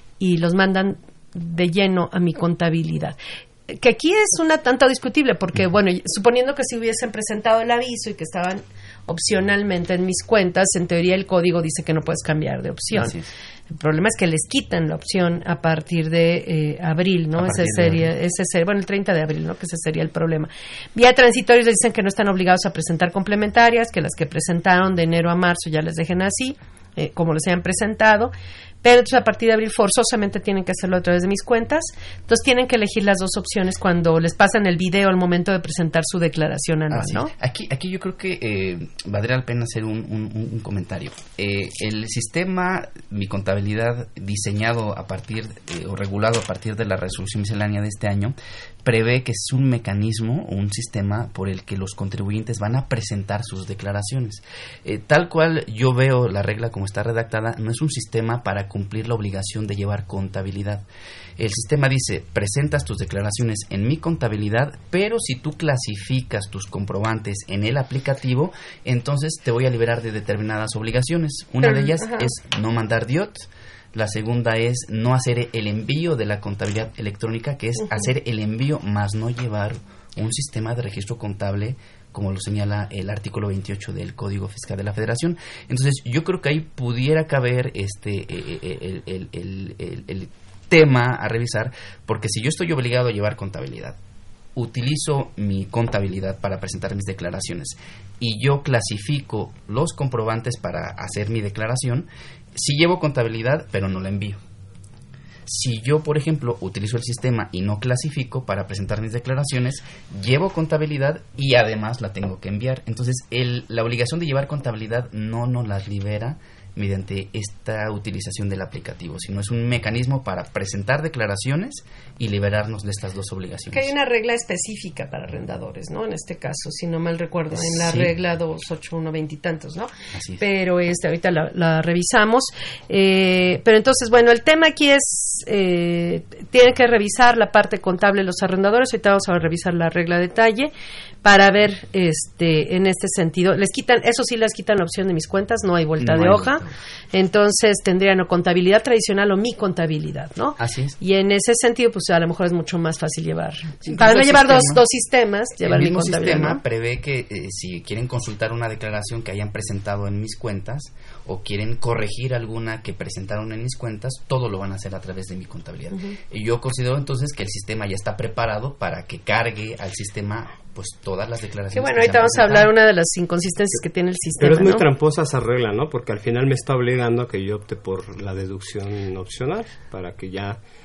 y los mandan de lleno a mi contabilidad. Que aquí es una tanto discutible porque, bueno, suponiendo que si hubiesen presentado el aviso y que estaban opcionalmente en mis cuentas, en teoría el código dice que no puedes cambiar de opción. El problema es que les quitan la opción a partir de eh, abril, ¿no? Ese sería, ese sería, bueno, el treinta de abril, ¿no? Que ese sería el problema. Vía transitorios les dicen que no están obligados a presentar complementarias, que las que presentaron de enero a marzo ya les dejen así, eh, como les hayan presentado. Pero entonces a partir de abril forzosamente tienen que hacerlo a través de mis cuentas. Entonces tienen que elegir las dos opciones cuando les pasan el video al momento de presentar su declaración anual, Así ¿no? es. Aquí, aquí yo creo que eh, valdría la pena hacer un, un, un comentario. Eh, el sistema, mi contabilidad, diseñado a partir eh, o regulado a partir de la resolución miscelánea de este año, prevé que es un mecanismo o un sistema por el que los contribuyentes van a presentar sus declaraciones. Eh, tal cual yo veo la regla como está redactada, no es un sistema para cumplir la obligación de llevar contabilidad. El sistema dice, presentas tus declaraciones en mi contabilidad, pero si tú clasificas tus comprobantes en el aplicativo, entonces te voy a liberar de determinadas obligaciones. Una de ellas Ajá. es no mandar D I O T. La segunda es no hacer el envío de la contabilidad electrónica, que es uh-huh. hacer el envío más no llevar un sistema de registro contable, como lo señala el artículo veintiocho del Código Fiscal de la Federación. Entonces, yo creo que ahí pudiera caber este el, el, el, el, el tema a revisar, porque si yo estoy obligado a llevar contabilidad, utilizo mi contabilidad para presentar mis declaraciones y yo clasifico los comprobantes para hacer mi declaración, si llevo contabilidad, pero no la envío. Si yo, por ejemplo, utilizo el sistema y no clasifico para presentar mis declaraciones, llevo contabilidad y además la tengo que enviar. Entonces, el, la obligación de llevar contabilidad no nos las libera mediante esta utilización del aplicativo, sino es un mecanismo para presentar declaraciones y liberarnos de estas dos obligaciones. Que hay una regla específica para arrendadores, ¿no? En este caso, si no mal recuerdo, en la sí. regla dos ocho uno veintitantos, ¿no? Así es. Pero este, ahorita la, la revisamos. Eh, pero entonces, bueno, el tema aquí es, eh, tienen que revisar la parte contable de los arrendadores. Ahorita vamos a revisar la regla a detalle para ver, este, en este sentido, les quitan, eso sí, les quitan la opción de mis cuentas, no hay vuelta no de hay hoja. Vuelta. Entonces tendrían o contabilidad tradicional o mi contabilidad, ¿no? Así es. Y en ese sentido, pues a lo mejor es mucho más fácil llevar, sí, para no llevar sistema, dos, dos sistemas, llevar el mi mismo contabilidad, sistema ¿no? prevé que eh, si quieren consultar una declaración que hayan presentado en mis cuentas o quieren corregir alguna que presentaron en mis cuentas, todo lo van a hacer a través de mi contabilidad. Uh-huh. Y yo considero entonces que el sistema ya está preparado para que cargue al sistema pues todas las declaraciones. Que bueno, que ahorita vamos a hablar una de las inconsistencias que tiene el sistema. Pero es muy ¿no? tramposa esa regla, ¿no? Porque al final me está obligando a que yo opte por la deducción opcional para que ya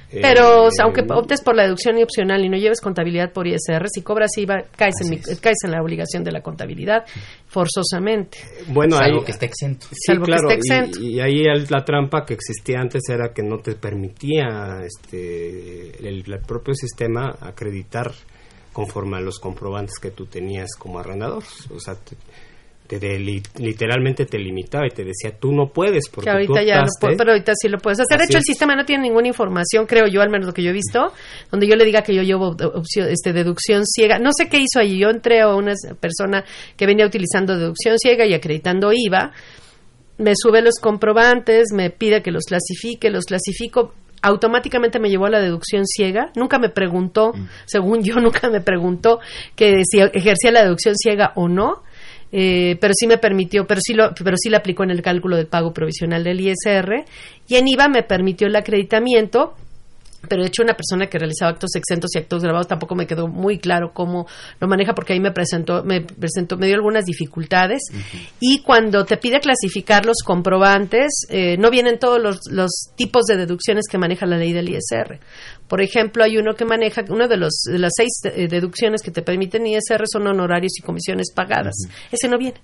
Pero eh, o sea, aunque optes por la deducción y opcional y no lleves contabilidad por I S R, si cobras I V A, caes, en, mi, caes en la obligación de la contabilidad, forzosamente. Bueno, salvo ahí, que esté exento. Sí, salvo claro, que esté exento. Y, y ahí el, la trampa que existía antes era que no te permitía este el, el propio sistema acreditar conforme a los comprobantes que tú tenías como arrendador. O sea, te, te de, li, literalmente te limitaba y te decía, tú no puedes porque que ahorita tú ya optaste, lo puedo, pero ahorita sí lo puedes hacer. De hecho, el sistema no tiene ninguna información, creo yo, al menos lo que yo he visto, donde yo le diga que yo llevo opción, este, deducción ciega. No sé qué hizo allí. Yo entré a una persona que venía utilizando deducción ciega y acreditando I V A. Me sube los comprobantes, me pide que los clasifique, los clasifico. Automáticamente me llevó a la deducción ciega. Nunca me preguntó, mm. según yo, nunca me preguntó que si ejercía la deducción ciega o no. Eh, pero sí me permitió, pero sí lo, pero sí la aplicó en el cálculo del pago provisional del I S R, y en I V A me permitió el acreditamiento, pero de hecho una persona que realizaba actos exentos y actos grabados tampoco me quedó muy claro cómo lo maneja, porque ahí me presentó, me presentó, me dio algunas dificultades. Uh-huh. Y cuando te pide clasificar los comprobantes, eh, no vienen todos los, los tipos de deducciones que maneja la ley del I S R. Por ejemplo, hay uno que maneja, uno de los de las seis de, deducciones que te permiten I S R son honorarios y comisiones pagadas. Uh-huh. Ese no viene.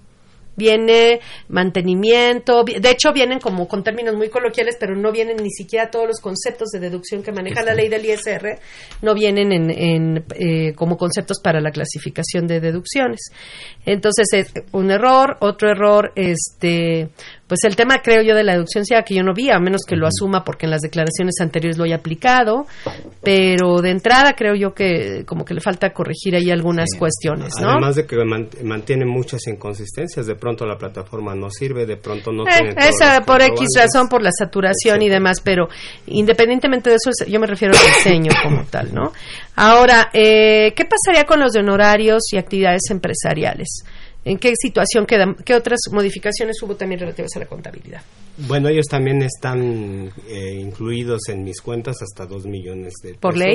Viene mantenimiento, de hecho vienen como con términos muy coloquiales, pero no vienen ni siquiera todos los conceptos de deducción que maneja la ley del I S R, no vienen en, en eh, como conceptos para la clasificación de deducciones. Entonces, es un error. Otro error, este pues el tema, creo yo, de la deducción ciega, que yo no vi, a menos que lo asuma porque en las declaraciones anteriores lo haya aplicado, pero de entrada creo yo que como que le falta corregir ahí algunas sí. cuestiones, ¿no? Además de que mantiene muchas inconsistencias, de pronto la plataforma no sirve, de pronto no eh, tiene todos esa los por X razón, por la saturación, etcétera, y demás, pero independientemente de eso, yo me refiero al diseño como tal, ¿no? Ahora, eh, ¿qué pasaría con los de honorarios y actividades empresariales? ¿En qué situación quedan? ¿Qué otras modificaciones hubo también relativas a la contabilidad? Bueno, ellos también están eh, incluidos en mis cuentas hasta dos millones de pesos. ¿Por ley?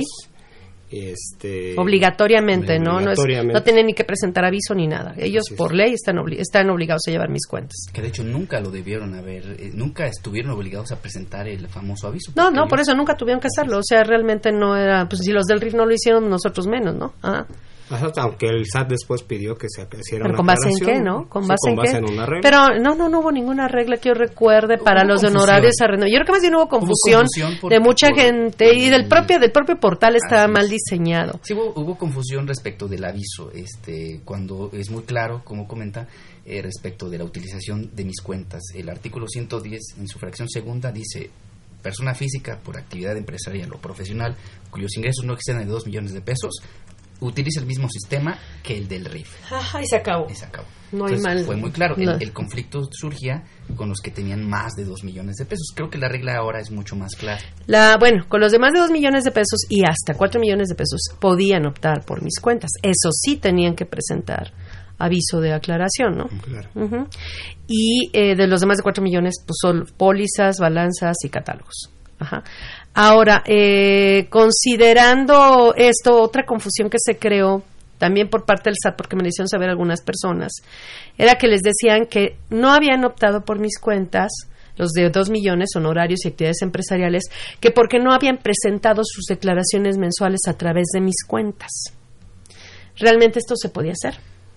Este, obligatoriamente, ¿no? Obligatoriamente. No, es, no tienen ni que presentar aviso ni nada. Ellos sí, por ley están, obli- están obligados a llevar mis cuentas. Que de hecho nunca lo debieron haber, eh, nunca estuvieron obligados a presentar el famoso aviso. No, no, ellos... por eso nunca tuvieron que hacerlo. O sea, realmente no era, pues si los del R I F no lo hicieron, nosotros menos, ¿no? Ajá. Aunque el S A T después pidió que se hiciera una ¿Pero con base en qué, no? ¿Con base, sí, con base en, en qué? una regla. Pero no, no, no hubo ninguna regla que yo recuerde para los de honorarios arrendados. Yo creo que más bien hubo confusión, hubo confusión de mucha por, gente por, y del propio del propio portal estaba mal diseñado. Sí, hubo, hubo confusión respecto del aviso, este, cuando es muy claro, como comenta, eh, respecto de la utilización de mis cuentas. El artículo ciento diez, en su fracción segunda, dice: persona física por actividad empresarial o profesional cuyos ingresos no excedan de dos millones de pesos utiliza el mismo sistema que el del R I F. Ajá, y se acabó. Y se acabó. No Entonces, hay mal. Fue muy claro. No. El, el conflicto surgía con los que tenían más de dos millones de pesos. Creo que la regla ahora es mucho más clara. La, bueno, con los de más de dos millones de pesos y hasta cuatro millones de pesos podían optar por mis cuentas. Eso sí tenían que presentar aviso de aclaración, ¿no? Claro. Uh-huh. Y eh, de los demás de cuatro millones, pues son pólizas, balanzas y catálogos. Ajá. Ahora, eh, considerando esto, otra confusión que se creó también por parte del S A T, porque me lo hicieron saber algunas personas, era que les decían que no habían optado por mis cuentas, los de dos millones, honorarios y actividades empresariales, que porque no habían presentado sus declaraciones mensuales a través de mis cuentas. ¿Realmente esto se podía hacer?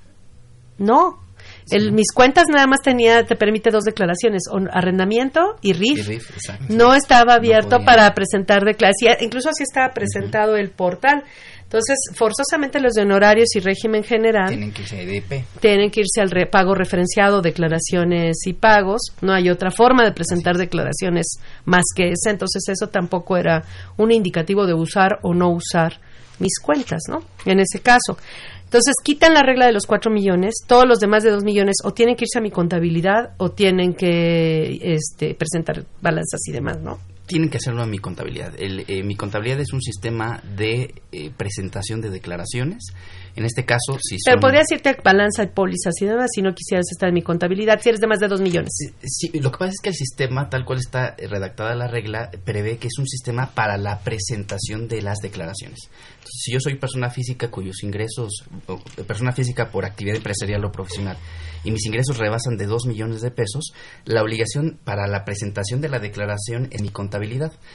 No. El, mis cuentas nada más tenía, te permite dos declaraciones, arrendamiento y R I F. Y R I F, exacto. No estaba abierto no para presentar declaraciones, incluso así estaba presentado uh-huh. el portal. Entonces, forzosamente los de honorarios y régimen general tienen que irse a E D P. Tienen que irse al re- pago referenciado, declaraciones y pagos. No hay otra forma de presentar declaraciones más que esa. Entonces, eso tampoco era un indicativo de usar o no usar mis cuentas, ¿no? En ese caso. Entonces, quitan la regla de los cuatro millones, todos los demás de dos millones o tienen que irse a mi contabilidad o tienen que este, presentar balanzas y demás, ¿no? Tienen que hacerlo a mi contabilidad. El, eh, mi contabilidad es un sistema de eh, presentación de declaraciones. En este caso, si son... Pero podrías irte a balanza y pólizas y demás si no quisieras estar en mi contabilidad, si eres de más de dos millones. Sí, lo que pasa es que el sistema, tal cual está redactada la regla, prevé que es un sistema para la presentación de las declaraciones. Entonces, si yo soy persona física cuyos ingresos, o, persona física por actividad empresarial o profesional, y mis ingresos rebasan de dos millones de pesos, la obligación para la presentación de la declaración es mi contabilidad.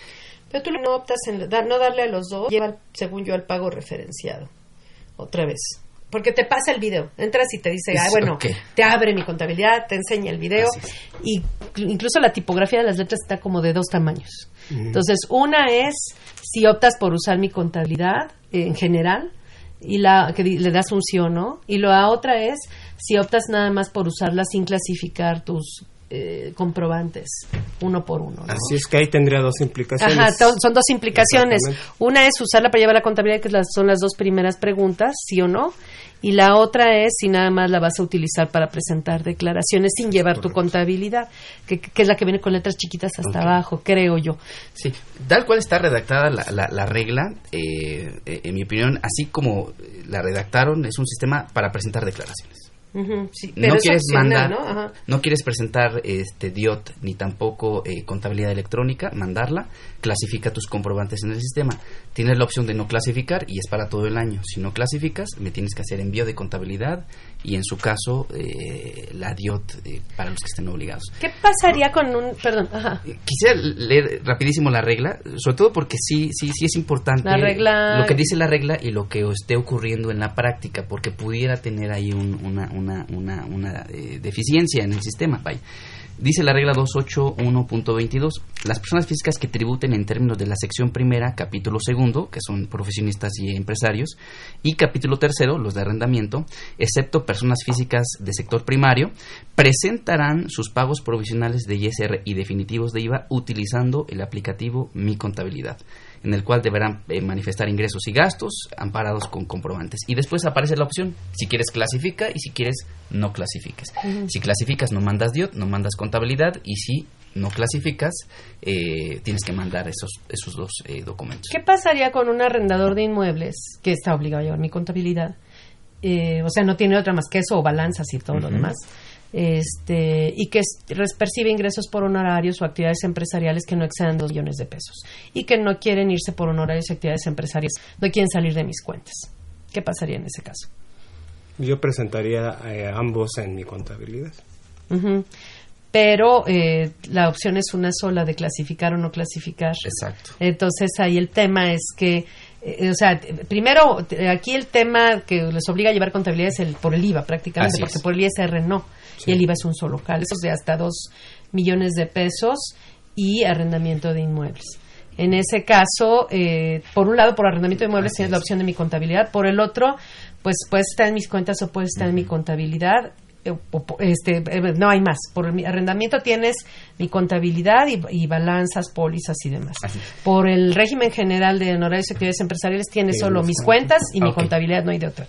Pero tú no optas en no darle a los dos, lleva, según yo, al pago referenciado. Otra vez. Porque te pasa el video. Entras y te dice, ah, bueno, okay. Te abre mi contabilidad, te enseña el video. Y incluso la tipografía de las letras está como de dos tamaños. Uh-huh. Entonces, una es si optas por usar mi contabilidad eh, en general, y la que le das un sí o no. Y la otra es si optas nada más por usarla sin clasificar tus Eh, comprobantes uno por uno, ¿no? Así es que ahí tendría dos implicaciones. Ajá, to- son dos implicaciones. Una es usarla para llevar la contabilidad, que las, son las dos primeras preguntas, sí o no, y la otra es si nada más la vas a utilizar para presentar declaraciones sin llevar Correcto. Tu contabilidad, que, que es la que viene con letras chiquitas hasta okay. abajo, creo yo. Sí, tal cual está redactada la, la, la regla, eh, eh, en mi opinión, así como la redactaron, es un sistema para presentar declaraciones. Uh-huh, sí, no quieres opcional, mandar, ¿no? Ajá. no quieres presentar este D I O T ni tampoco eh, contabilidad electrónica, mandarla, clasifica tus comprobantes en el sistema. Tienes la opción de no clasificar y es para todo el año. Si no clasificas, me tienes que hacer envío de contabilidad y en su caso eh, la D I O T eh, para los que estén obligados. ¿Qué pasaría con un, perdón, ajá. Quisiera leer rapidísimo la regla, sobre todo porque sí, sí, sí es importante la regla... lo que dice la regla y lo que esté ocurriendo en la práctica, porque pudiera tener ahí un, una una, una, una eh, deficiencia en el sistema. Vaya. Dice la regla doscientos ochenta y uno punto veintidós, las personas físicas que tributen en términos de la sección primera, capítulo segundo, que son profesionistas y empresarios, y capítulo tercero, los de arrendamiento, excepto personas físicas de sector primario, presentarán sus pagos provisionales de I S R y definitivos de I V A utilizando el aplicativo Mi Contabilidad, en el cual deberán eh, manifestar ingresos y gastos amparados con comprobantes. Y después aparece la opción, si quieres clasifica y si quieres no clasifiques. Uh-huh. Si clasificas no mandas D I O T, no mandas contabilidad, y si no clasificas eh, tienes que mandar esos, esos dos eh, documentos. ¿Qué pasaría con un arrendador de inmuebles que está obligado a llevar mi contabilidad? Eh, o sea, no tiene otra más que eso, o balanzas y todo uh-huh. lo demás. Este, y que percibe ingresos por honorarios o actividades empresariales que no excedan dos millones de pesos y que no quieren irse por honorarios y actividades empresariales, no quieren salir de mis cuentas. ¿Qué pasaría en ese caso? Yo presentaría eh, ambos en mi contabilidad. Uh-huh. Pero eh, la opción es una sola, de clasificar o no clasificar. Exacto. Entonces ahí el tema es que Eh, o sea, primero, aquí el tema que les obliga a llevar contabilidad es el por el I V A prácticamente, Así porque es. Por el I S R no, sí. Y el I V A es un solo local, eso es de hasta dos millones de pesos y arrendamiento de inmuebles. En ese caso, eh, por un lado, por arrendamiento de inmuebles Así tienes es. La opción de mi contabilidad, por el otro, pues puede estar en mis cuentas o puede estar uh-huh. en mi contabilidad. Este, no hay más. Por mi arrendamiento tienes mi contabilidad y, y balanzas, pólizas y demás. Así. Por el régimen general de honorarios y actividades empresariales tienes sí, solo mis cuentas y okay. mi contabilidad, no hay de otra.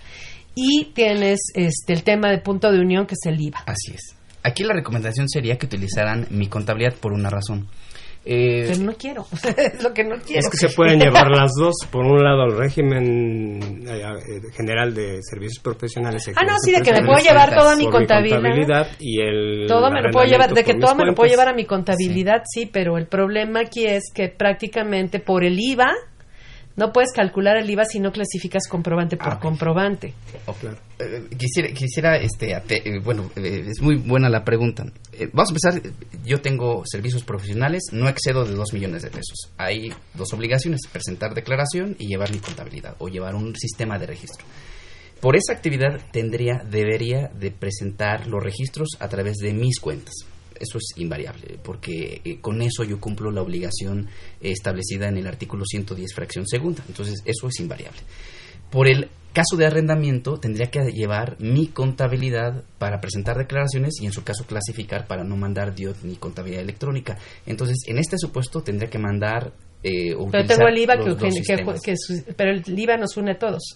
Y tienes este el tema de punto de unión, que es el I V A. Así es. Aquí la recomendación sería que utilizaran mi contabilidad por una razón. Eh, Pero no quiero, es lo que no quiero. Es que se pueden llevar las dos. Por un lado, el régimen eh, general de servicios profesionales. Ah, no, sí, de que me puedo llevar toda mi contabilidad. mi contabilidad. Y el todo me lo puedo llevar, de que todo me lo puedo llevar a mi contabilidad, sí. sí, pero el problema aquí es que prácticamente por el I V A no puedes calcular el I V A si no clasificas comprobante por ah, okay. comprobante. Oh, claro. eh, quisiera, quisiera este, ate, eh, bueno, eh, es muy buena la pregunta. Eh, vamos a empezar. Yo tengo servicios profesionales, no excedo de dos millones de pesos. Hay dos obligaciones: presentar declaración y llevar mi contabilidad o llevar un sistema de registro. Por esa actividad tendría, debería de presentar los registros a través de mis cuentas. Eso es invariable, porque eh, con eso yo cumplo la obligación eh, establecida en el artículo ciento diez, fracción segunda. Entonces, eso es invariable. Por el caso de arrendamiento, tendría que llevar mi contabilidad para presentar declaraciones y, en su caso, clasificar para no mandar D I O T ni contabilidad electrónica. Entonces, en este supuesto, tendría que mandar eh, o pero tengo el I V A que, que, que, que, pero el I V A nos une a todos.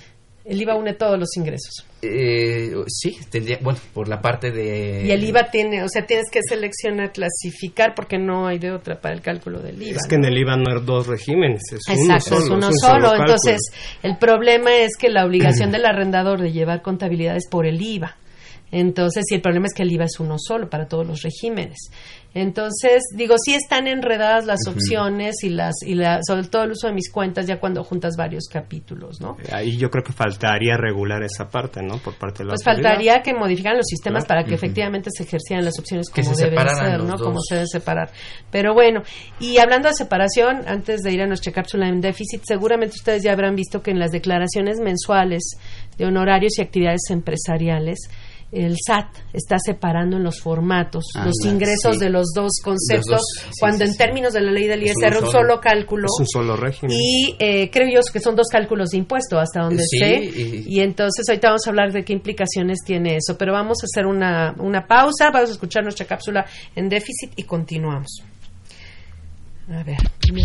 El I V A une todos los ingresos. Eh, sí, tendría, bueno, por la parte de... Y el I V A tiene, o sea, tienes que seleccionar, clasificar, porque no hay de otra para el cálculo del I V A. Es que ¿no? en el I V A no hay dos regímenes, es Exacto, uno solo. es uno es un solo. solo Entonces, el problema es que la obligación del arrendador de llevar contabilidad es por el I V A. Entonces, y el problema es que el I V A es uno solo para todos los regímenes. Entonces, digo, sí están enredadas las uh-huh. opciones y las y la, sobre todo el uso de mis cuentas ya cuando juntas varios capítulos, ¿no? Ahí yo creo que faltaría regular esa parte, ¿no? Por parte de la Pues autoridad. faltaría que modificaran los sistemas claro. para que uh-huh. efectivamente se ejercieran las opciones como que se deben ser, ¿no? Como se deben separar. Pero bueno, y hablando de separación, antes de ir a nuestra cápsula en déficit, seguramente ustedes ya habrán visto que en las declaraciones mensuales de honorarios y actividades empresariales, el S A T está separando en los formatos ah, los ingresos sí. de los dos conceptos, los dos, sí, cuando sí, en sí. términos de la ley del I S R es un solo, solo cálculo. Es un solo régimen. Y eh, creo yo que son dos cálculos de impuesto, hasta donde sí, sé. Y, y entonces ahorita vamos a hablar de qué implicaciones tiene eso. Pero vamos a hacer una, una pausa, vamos a escuchar nuestra cápsula en déficit y continuamos. A ver.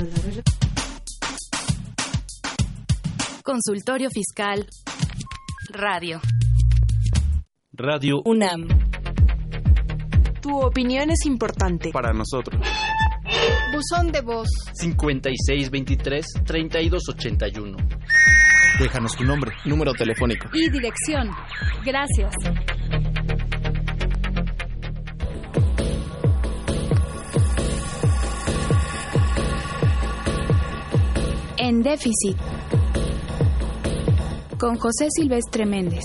Consultorio Fiscal Radio. Radio UNAM. Tu opinión es importante. Para nosotros. Buzón de voz. cincuenta y seis veintitrés, treinta y dos ochenta y uno. Déjanos tu nombre, número telefónico. Y dirección. Gracias. En déficit. Con José Silvestre Méndez.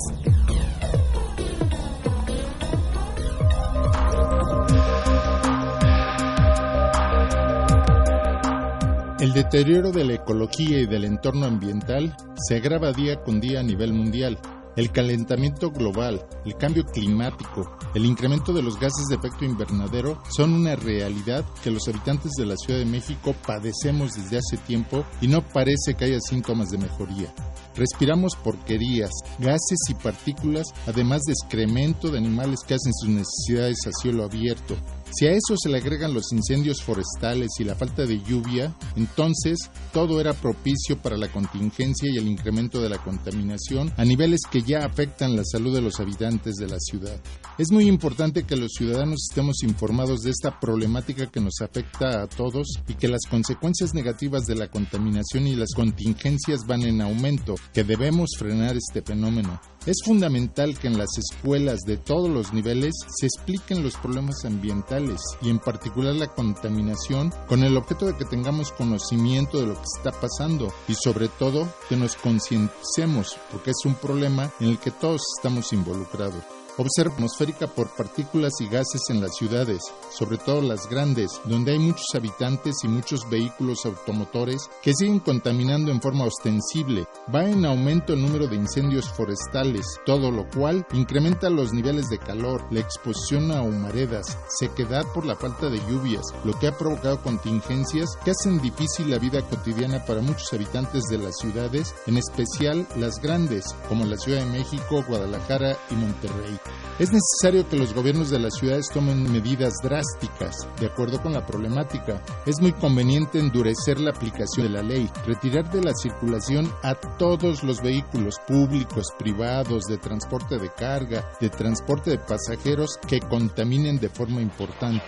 El deterioro de la ecología y del entorno ambiental se agrava día con día a nivel mundial. El calentamiento global, el cambio climático, el incremento de los gases de efecto invernadero son una realidad que los habitantes de la Ciudad de México padecemos desde hace tiempo y no parece que haya síntomas de mejoría. Respiramos porquerías, gases y partículas, además de excremento de animales que hacen sus necesidades a cielo abierto. Si a eso se le agregan los incendios forestales y la falta de lluvia, entonces todo era propicio para la contingencia y el incremento de la contaminación a niveles que ya afectan la salud de los habitantes de la ciudad. Es muy importante que los ciudadanos estemos informados de esta problemática que nos afecta a todos y que las consecuencias negativas de la contaminación y las contingencias van en aumento, que debemos frenar este fenómeno. Es fundamental que en las escuelas de todos los niveles se expliquen los problemas ambientales y en particular la contaminación con el objeto de que tengamos conocimiento de lo que está pasando y sobre todo que nos concienticemos porque es un problema en el que todos estamos involucrados. Observa atmosférica por partículas y gases en las ciudades, sobre todo las grandes, donde hay muchos habitantes y muchos vehículos automotores que siguen contaminando en forma ostensible. Va en aumento el número de incendios forestales, todo lo cual incrementa los niveles de calor, la exposición a humaredas, sequedad por la falta de lluvias, lo que ha provocado contingencias que hacen difícil la vida cotidiana para muchos habitantes de las ciudades, en especial las grandes, como la Ciudad de México, Guadalajara y Monterrey. Es necesario que los gobiernos de las ciudades tomen medidas drásticas, de acuerdo con la problemática. Es muy conveniente endurecer la aplicación de la ley, retirar de la circulación a todos los vehículos públicos, privados, de transporte de carga, de transporte de pasajeros que contaminen de forma importante.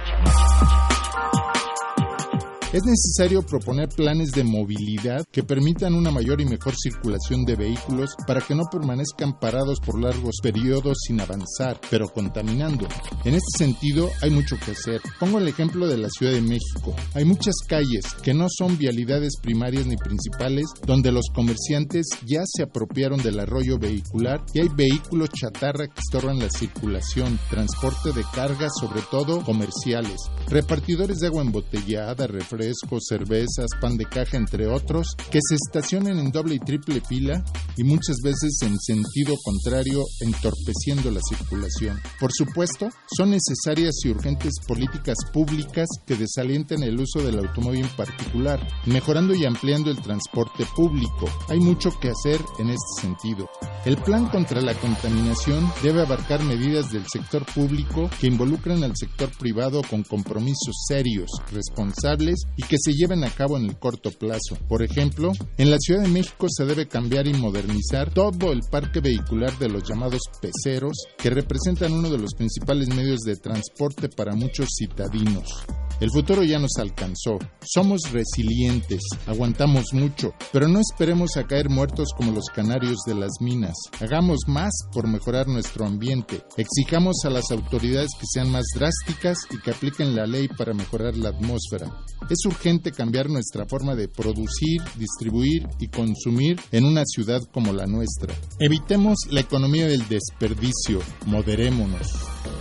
Es necesario proponer planes de movilidad que permitan una mayor y mejor circulación de vehículos para que no permanezcan parados por largos periodos sin avanzar, pero contaminando. En este sentido, hay mucho que hacer. Pongo el ejemplo de la Ciudad de México. Hay muchas calles que no son vialidades primarias ni principales, donde los comerciantes ya se apropiaron del arroyo vehicular y hay vehículos chatarra que estorban la circulación, transporte de carga, sobre todo comerciales, repartidores de agua embotellada, refrescos, cervezas, pan de caja, entre otros, que se estacionan en doble y triple fila y muchas veces en sentido contrario, entorpeciendo la circulación. Por supuesto, son necesarias y urgentes políticas públicas que desalienten el uso del automóvil particular, mejorando y ampliando el transporte público. Hay mucho que hacer en este sentido. El plan contra la contaminación debe abarcar medidas del sector público que involucren al sector privado con compromisos serios, responsables y que se lleven a cabo en el corto plazo. Por ejemplo, en la Ciudad de México se debe cambiar y modernizar todo el parque vehicular de los llamados peceros, que representan uno de los principales medios de transporte para muchos citadinos. El futuro ya nos alcanzó. Somos resilientes, aguantamos mucho, pero no esperemos a caer muertos como los canarios de las minas. Hagamos más por mejorar nuestro ambiente. Exijamos a las autoridades que sean más drásticas y que apliquen la ley para mejorar la atmósfera. Es urgente cambiar nuestra forma de producir, distribuir y consumir en una ciudad como la nuestra. Evitemos la economía del desperdicio. Moderémonos.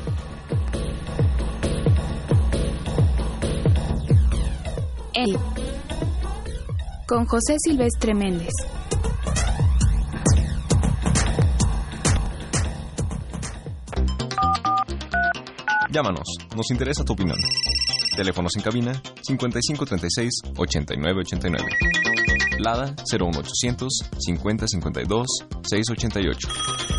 El con José Silvestre Méndez. Llámanos, nos interesa tu opinión. Teléfonos en cabina cincuenta y cinco treinta y seis, ochenta y nueve ochenta y nueve. Lada cero uno ochocientos cincuenta cincuenta y dos seiscientos ochenta y ocho.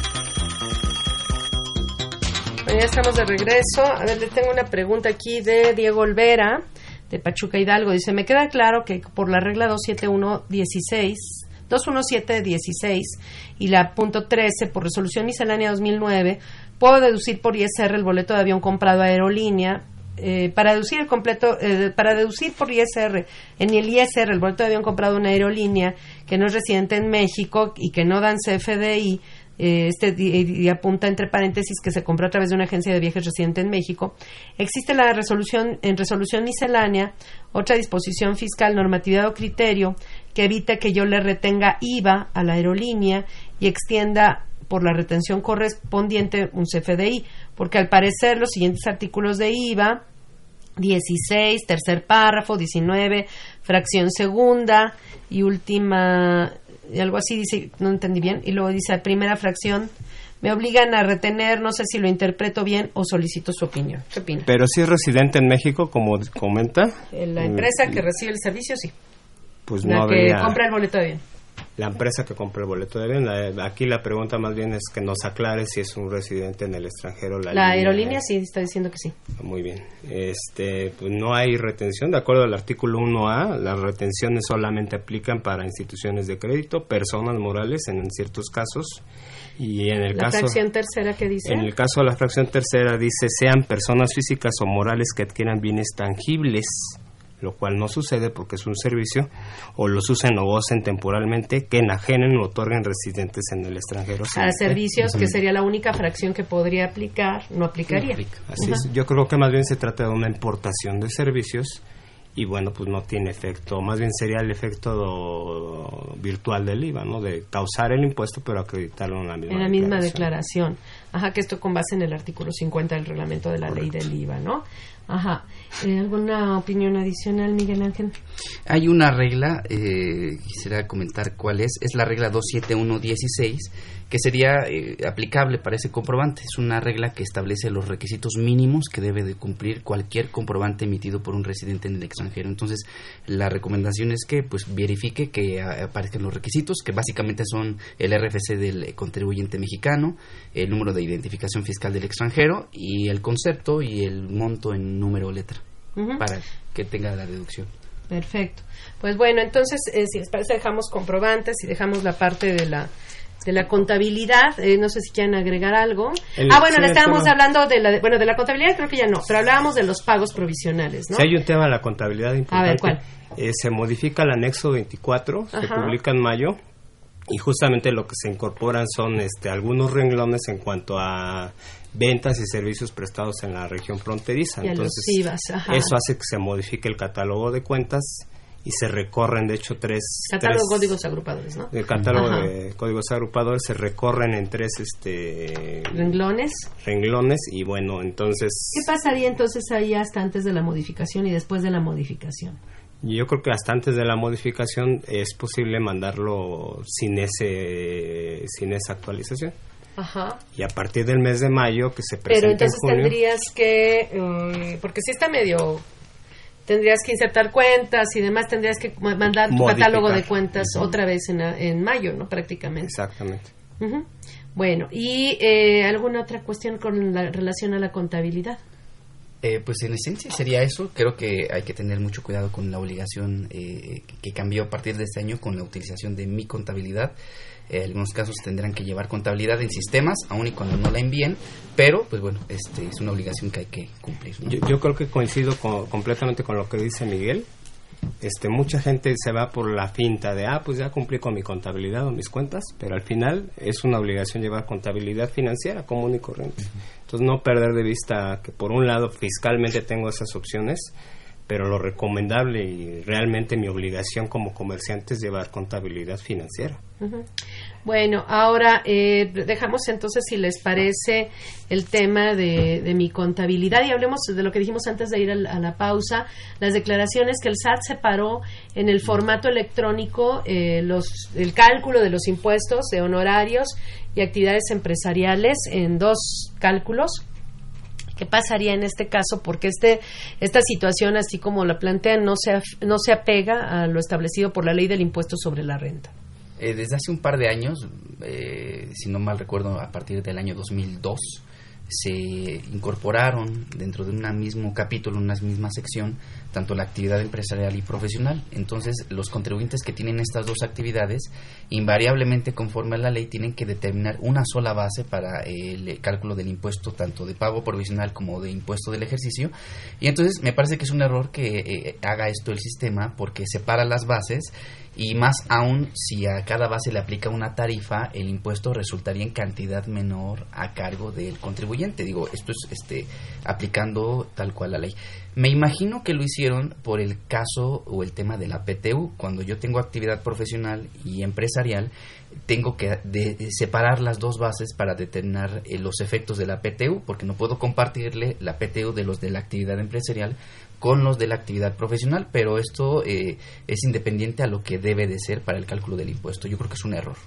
Bueno, ya estamos de regreso. A ver, le tengo una pregunta aquí de Diego Olvera, de Pachuca Hidalgo. Dice, me queda claro que por la regla doscientos setenta y uno dieciséis, doscientos diecisiete dieciséis y la punto trece por resolución miscelánea dos mil nueve, puedo deducir por I S R el boleto de avión comprado a aerolínea. Eh, para deducir el completo, eh, para deducir por I S R, en el I S R el boleto de avión comprado a una aerolínea que no es residente en México y que no dan C F D I, eh, este y, y apunta entre paréntesis que se compró a través de una agencia de viajes residente en México. Existe la resolución en resolución miscelánea, otra disposición fiscal, normatividad o criterio que evita que yo le retenga I V A a la aerolínea y extienda por la retención correspondiente un C F D I, porque al parecer los siguientes artículos de I V A, dieciséis, tercer párrafo, diecinueve, fracción segunda y última, y algo así dice, no entendí bien, y luego dice primera fracción, me obligan a retener, no sé si lo interpreto bien o solicito su opinión. ¿Qué opina? Pero si es residente en México, como comenta. La empresa que recibe el servicio, sí. Pues la no que habría... compra el boleto de avión. La empresa que compra el boleto de avión. La, aquí la pregunta más bien es que nos aclare si es un residente en el extranjero. La, la línea, aerolínea sí está diciendo que sí. Muy bien. Este, pues no hay retención. De acuerdo al artículo uno A, las retenciones solamente aplican para instituciones de crédito, personas morales en ciertos casos. Y en el la caso, fracción tercera, ¿qué dice? En el caso de la fracción tercera dice, sean personas físicas o morales que adquieran bienes tangibles, lo cual no sucede porque es un servicio, o los usen o gocen temporalmente, que enajenen o otorguen residentes en el extranjero. A servicios, que sería la única fracción que podría aplicar, no aplicaría. No aplica. Así uh-huh. es. Yo creo que más bien se trata de una importación de servicios y bueno, pues no tiene efecto, más bien sería el efecto virtual del I V A, ¿no? De causar el impuesto pero acreditarlo en la misma En la declaración. misma declaración. Ajá, que esto con base en el artículo cincuenta del reglamento de la Correcto. Ley del I V A, ¿no? Ajá. Eh, ¿Alguna opinión adicional, Miguel Ángel? Hay una regla, eh, quisiera comentar cuál es, es la regla doscientos setenta y uno dieciséis, que sería eh, aplicable para ese comprobante. Es una regla que establece los requisitos mínimos que debe de cumplir cualquier comprobante emitido por un residente en el extranjero. Entonces, la recomendación es que pues verifique que aparezcan los requisitos, que básicamente son el R F C del contribuyente mexicano, el número de identificación fiscal del extranjero y el concepto y el monto en número o letra, uh-huh. para que tenga la deducción. Perfecto. Pues bueno, entonces, eh, si les parece, dejamos comprobantes y dejamos la parte de la de la contabilidad. Eh, no sé si quieren agregar algo. El, ah, bueno, sí, le estábamos hablando de la de, bueno, de la contabilidad creo que ya no, pero hablábamos de los pagos provisionales, ¿no? Si hay un tema de la contabilidad importante. A ver, ¿cuál? Eh, se modifica el anexo veinticuatro, Ajá. se publica en mayo. Y justamente lo que se incorporan son este algunos renglones en cuanto a ventas y servicios prestados en la región fronteriza. Y Entonces, I V As, eso hace que se modifique el catálogo de cuentas y se recorren, de hecho, tres... Catálogo tres, de códigos agrupadores, ¿no? El catálogo Ajá. de códigos agrupadores se recorren en tres este renglones. Renglones y bueno, entonces... ¿Qué pasaría entonces ahí hasta antes de la modificación y después de la modificación? Yo creo que hasta antes de la modificación es posible mandarlo sin ese sin esa actualización. Ajá. Y a partir del mes de mayo que se presenta Pero entonces en junio, tendrías que, um, porque si está medio, tendrías que insertar cuentas y demás, tendrías que mandar tu modificar. catálogo de cuentas uh-huh. otra vez en, en mayo, ¿no? Prácticamente. Exactamente. Uh-huh. Bueno, ¿y eh, alguna otra cuestión con la relación a la contabilidad? Eh, pues en esencia sería eso. Creo que hay que tener mucho cuidado con la obligación eh, que cambió a partir de este año con la utilización de mi contabilidad. En eh, algunos casos tendrán que llevar contabilidad en sistemas, aun y cuando no la envíen, pero pues bueno, este es una obligación que hay que cumplir, ¿no? Yo, yo creo que coincido con, completamente con lo que dice Miguel. Este, mucha gente se va por la finta de, ah, pues ya cumplí con mi contabilidad o mis cuentas, pero al final es una obligación llevar contabilidad financiera común y corriente. Uh-huh. Entonces, no perder de vista que por un lado fiscalmente tengo esas opciones, pero lo recomendable y realmente mi obligación como comerciante es llevar contabilidad financiera. Uh-huh. Bueno, ahora eh, dejamos entonces, si les parece, el tema de, de mi contabilidad y hablemos de lo que dijimos antes de ir a la, a la pausa, las declaraciones que el S A T separó en el formato electrónico eh, los, el cálculo de los impuestos de honorarios y actividades empresariales en dos cálculos. ¿Qué pasaría en este caso? Porque este esta situación, así como la plantean, no se, no se apega a lo establecido por la ley del impuesto sobre la renta. Eh, desde hace un par de años, eh, si no mal recuerdo, a partir del año dos mil dos, se incorporaron dentro de un mismo capítulo, una misma sección, tanto la actividad empresarial y profesional. Entonces, los contribuyentes que tienen estas dos actividades, invariablemente conforme a la ley, tienen que determinar una sola base para el cálculo del impuesto, tanto de pago provisional como de impuesto del ejercicio. Y entonces, me parece que es un error que eh, haga esto el sistema, porque separa las bases. Y más aún, si a cada base le aplica una tarifa, el impuesto resultaría en cantidad menor a cargo del contribuyente. Digo, esto es este aplicando tal cual la ley. Me imagino que lo hicieron por el caso o el tema de la P T U. Cuando yo tengo actividad profesional y empresarial, tengo que de, de separar las dos bases para determinar eh, los efectos de la P T U, porque no puedo compartirle la P T U de los de la actividad empresarial con los de la actividad profesional, pero esto eh, es independiente a lo que debe de ser para el cálculo del impuesto. Yo creo que es un error.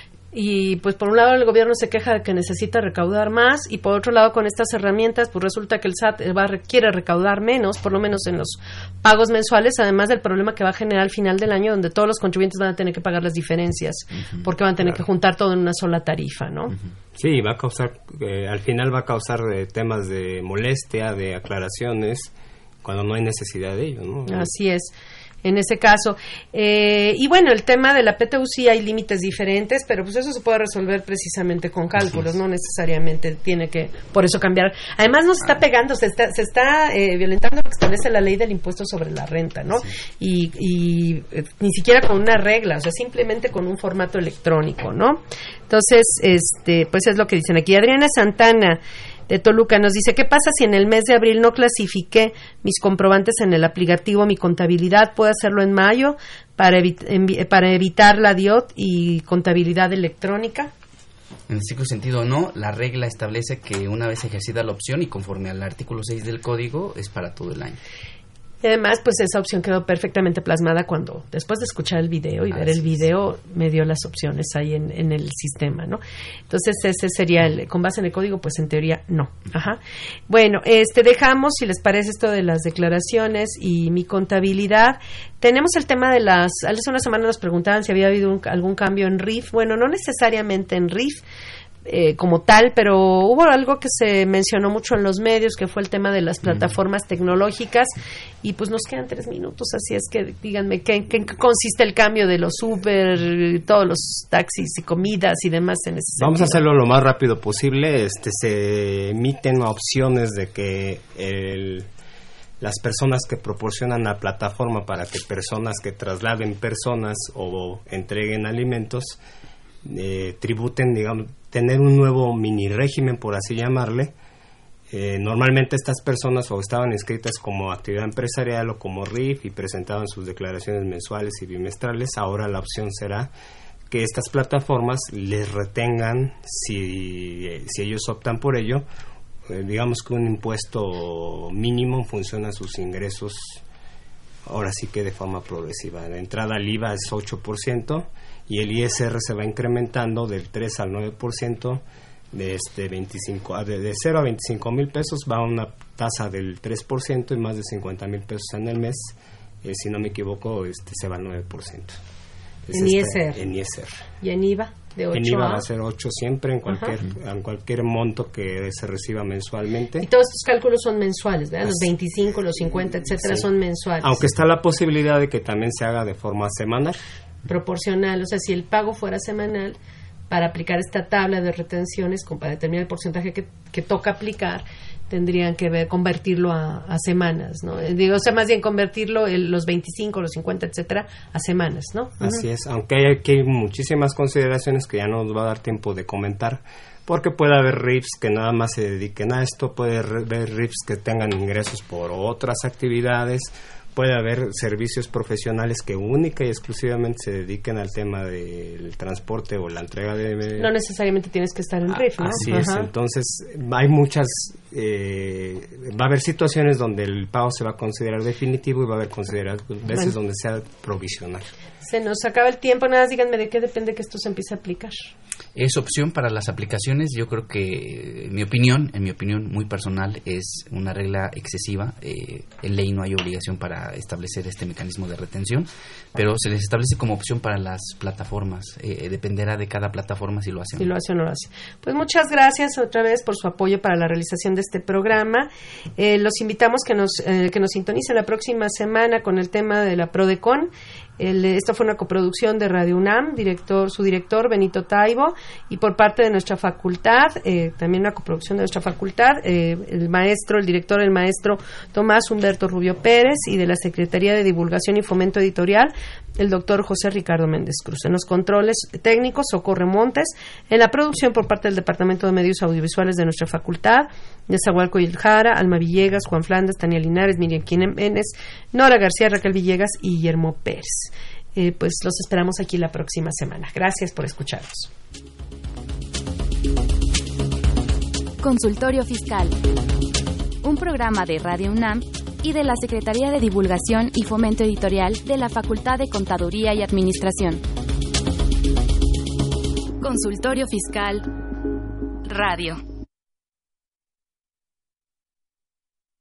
Y pues por un lado el gobierno se queja de que necesita recaudar más y por otro lado con estas herramientas pues resulta que el S A T va, quiere recaudar menos, por lo menos en los pagos mensuales, además del problema que va a generar al final del año donde todos los contribuyentes van a tener que pagar las diferencias uh-huh, porque van a tener claro. que juntar todo en una sola tarifa, ¿no? Uh-huh. Sí, va a causar, eh, al final va a causar eh, temas de molestia, de aclaraciones, cuando no hay necesidad de ello, ¿no? Así es. En ese caso. Eh, y bueno, el tema de la P T U sí hay límites diferentes, pero pues eso se puede resolver precisamente con cálculos, no necesariamente tiene que, por eso cambiar. Además no se está pegando, se está, se está eh, violentando lo que establece la ley del impuesto sobre la renta, ¿no? Sí. Y, y eh, ni siquiera con una regla, o sea, simplemente con un formato electrónico, ¿no? Entonces, este, pues es lo que dicen aquí. Adriana Santana de Toluca nos dice, ¿qué pasa si en el mes de abril no clasifiqué mis comprobantes en el aplicativo Mi Contabilidad? ¿Puedo hacerlo en mayo para, evi- envi- para evitar la D I O T y contabilidad electrónica? En estricto sentido no, la regla establece que una vez ejercida la opción y conforme al artículo seis del código es para todo el año. Y además, pues esa opción quedó perfectamente plasmada cuando, después de escuchar el video y ah, ver el video, me dio las opciones ahí en, en el sistema, ¿no? Entonces, ese sería, el, con base en el código, pues en teoría, no. Ajá. Bueno, este dejamos, si les parece esto de las declaraciones y mi contabilidad. Tenemos el tema de las, hace una semana nos preguntaban si había habido un, algún cambio en R I F. Bueno, no necesariamente en R I F, Eh, como tal, pero hubo algo que se mencionó mucho en los medios, que fue el tema de las plataformas uh-huh. tecnológicas, y pues nos quedan tres minutos, así es que díganme, ¿qué, ¿en qué consiste el cambio de los Uber, todos los taxis y comidas y demás en ese Vamos sentido? a hacerlo lo más rápido posible. Este, se emiten opciones de que el... las personas que proporcionan la plataforma para que personas que trasladen personas o entreguen alimentos eh, tributen, digamos, tener un nuevo mini régimen, por así llamarle. Eh, normalmente estas personas o estaban inscritas como actividad empresarial o como R I F y presentaban sus declaraciones mensuales y bimestrales. Ahora la opción será que estas plataformas les retengan, si, si ellos optan por ello, eh, digamos que un impuesto mínimo en función a sus ingresos, ahora sí que de forma progresiva. La entrada al I V A es ocho por ciento y el I S R se va incrementando del tres al nueve por ciento, de este veinticinco, de, de cero a veinticinco mil pesos va a una tasa del tres por ciento y más de cincuenta mil pesos en el mes, eh, si no me equivoco, este se va al nueve por ciento. En I S R. En I S R. ¿Y en I V A? De ocho en I V A a... va a ser ocho siempre en cualquier, en cualquier monto que se reciba mensualmente. Y todos estos cálculos son mensuales, ¿verdad? Los veinticinco, los cincuenta, etcétera, sí. son mensuales. Aunque está la posibilidad de que también se haga de forma semanal. Proporcional, o sea, si el pago fuera semanal, para aplicar esta tabla de retenciones, para determinar el porcentaje que, que toca aplicar, tendrían que ver, convertirlo a, a semanas, ¿no? Digo, o sea, más bien convertirlo el, los veinticinco, los cincuenta, etcétera, a semanas, ¿no? Así uh-huh. es, aunque hay aquí muchísimas consideraciones que ya no nos va a dar tiempo de comentar, porque puede haber R I Fs que nada más se dediquen a esto, puede haber R I Fs que tengan ingresos por otras actividades, puede haber servicios profesionales que única y exclusivamente se dediquen al tema del transporte o la entrega de... No necesariamente tienes que estar en R I F, ¿no? Así Ajá. es, entonces hay muchas... Eh, va a haber situaciones donde el pago se va a considerar definitivo y va a haber considerar veces bueno. donde sea provisional. Se nos acaba el tiempo, nada más díganme de qué depende que esto se empiece a aplicar. Es opción para las aplicaciones. Yo creo que, en mi opinión, en mi opinión muy personal, es una regla excesiva. Eh, en ley no hay obligación para establecer este mecanismo de retención, pero se les establece como opción para las plataformas. Eh, dependerá de cada plataforma si lo hacen. Si lo hace o no lo hace. Pues muchas gracias otra vez por su apoyo para la realización de este programa. Eh, los invitamos que nos eh, que nos sintonicen la próxima semana con el tema de la PRODECON. El, esto fue una coproducción de Radio UNAM, director, su director Benito Taibo, y por parte de nuestra facultad, eh, también una coproducción de nuestra facultad, eh, el maestro, el director, el maestro Tomás Humberto Rubio Pérez, y de la Secretaría de Divulgación y Fomento Editorial, el doctor José Ricardo Méndez Cruz. En los controles técnicos, Socorro Montes. En la producción por parte del Departamento de Medios Audiovisuales de nuestra facultad, Nezahualcóyotl Jara, Alma Villegas, Juan Flandes, Tania Linares, Miriam Jiménez, Nora García, Raquel Villegas y Guillermo Pérez. Eh, pues los esperamos aquí la próxima semana. Gracias por escucharnos. Consultorio Fiscal, un programa de Radio UNAM y de la Secretaría de Divulgación y Fomento Editorial de la Facultad de Contaduría y Administración. Consultorio Fiscal Radio.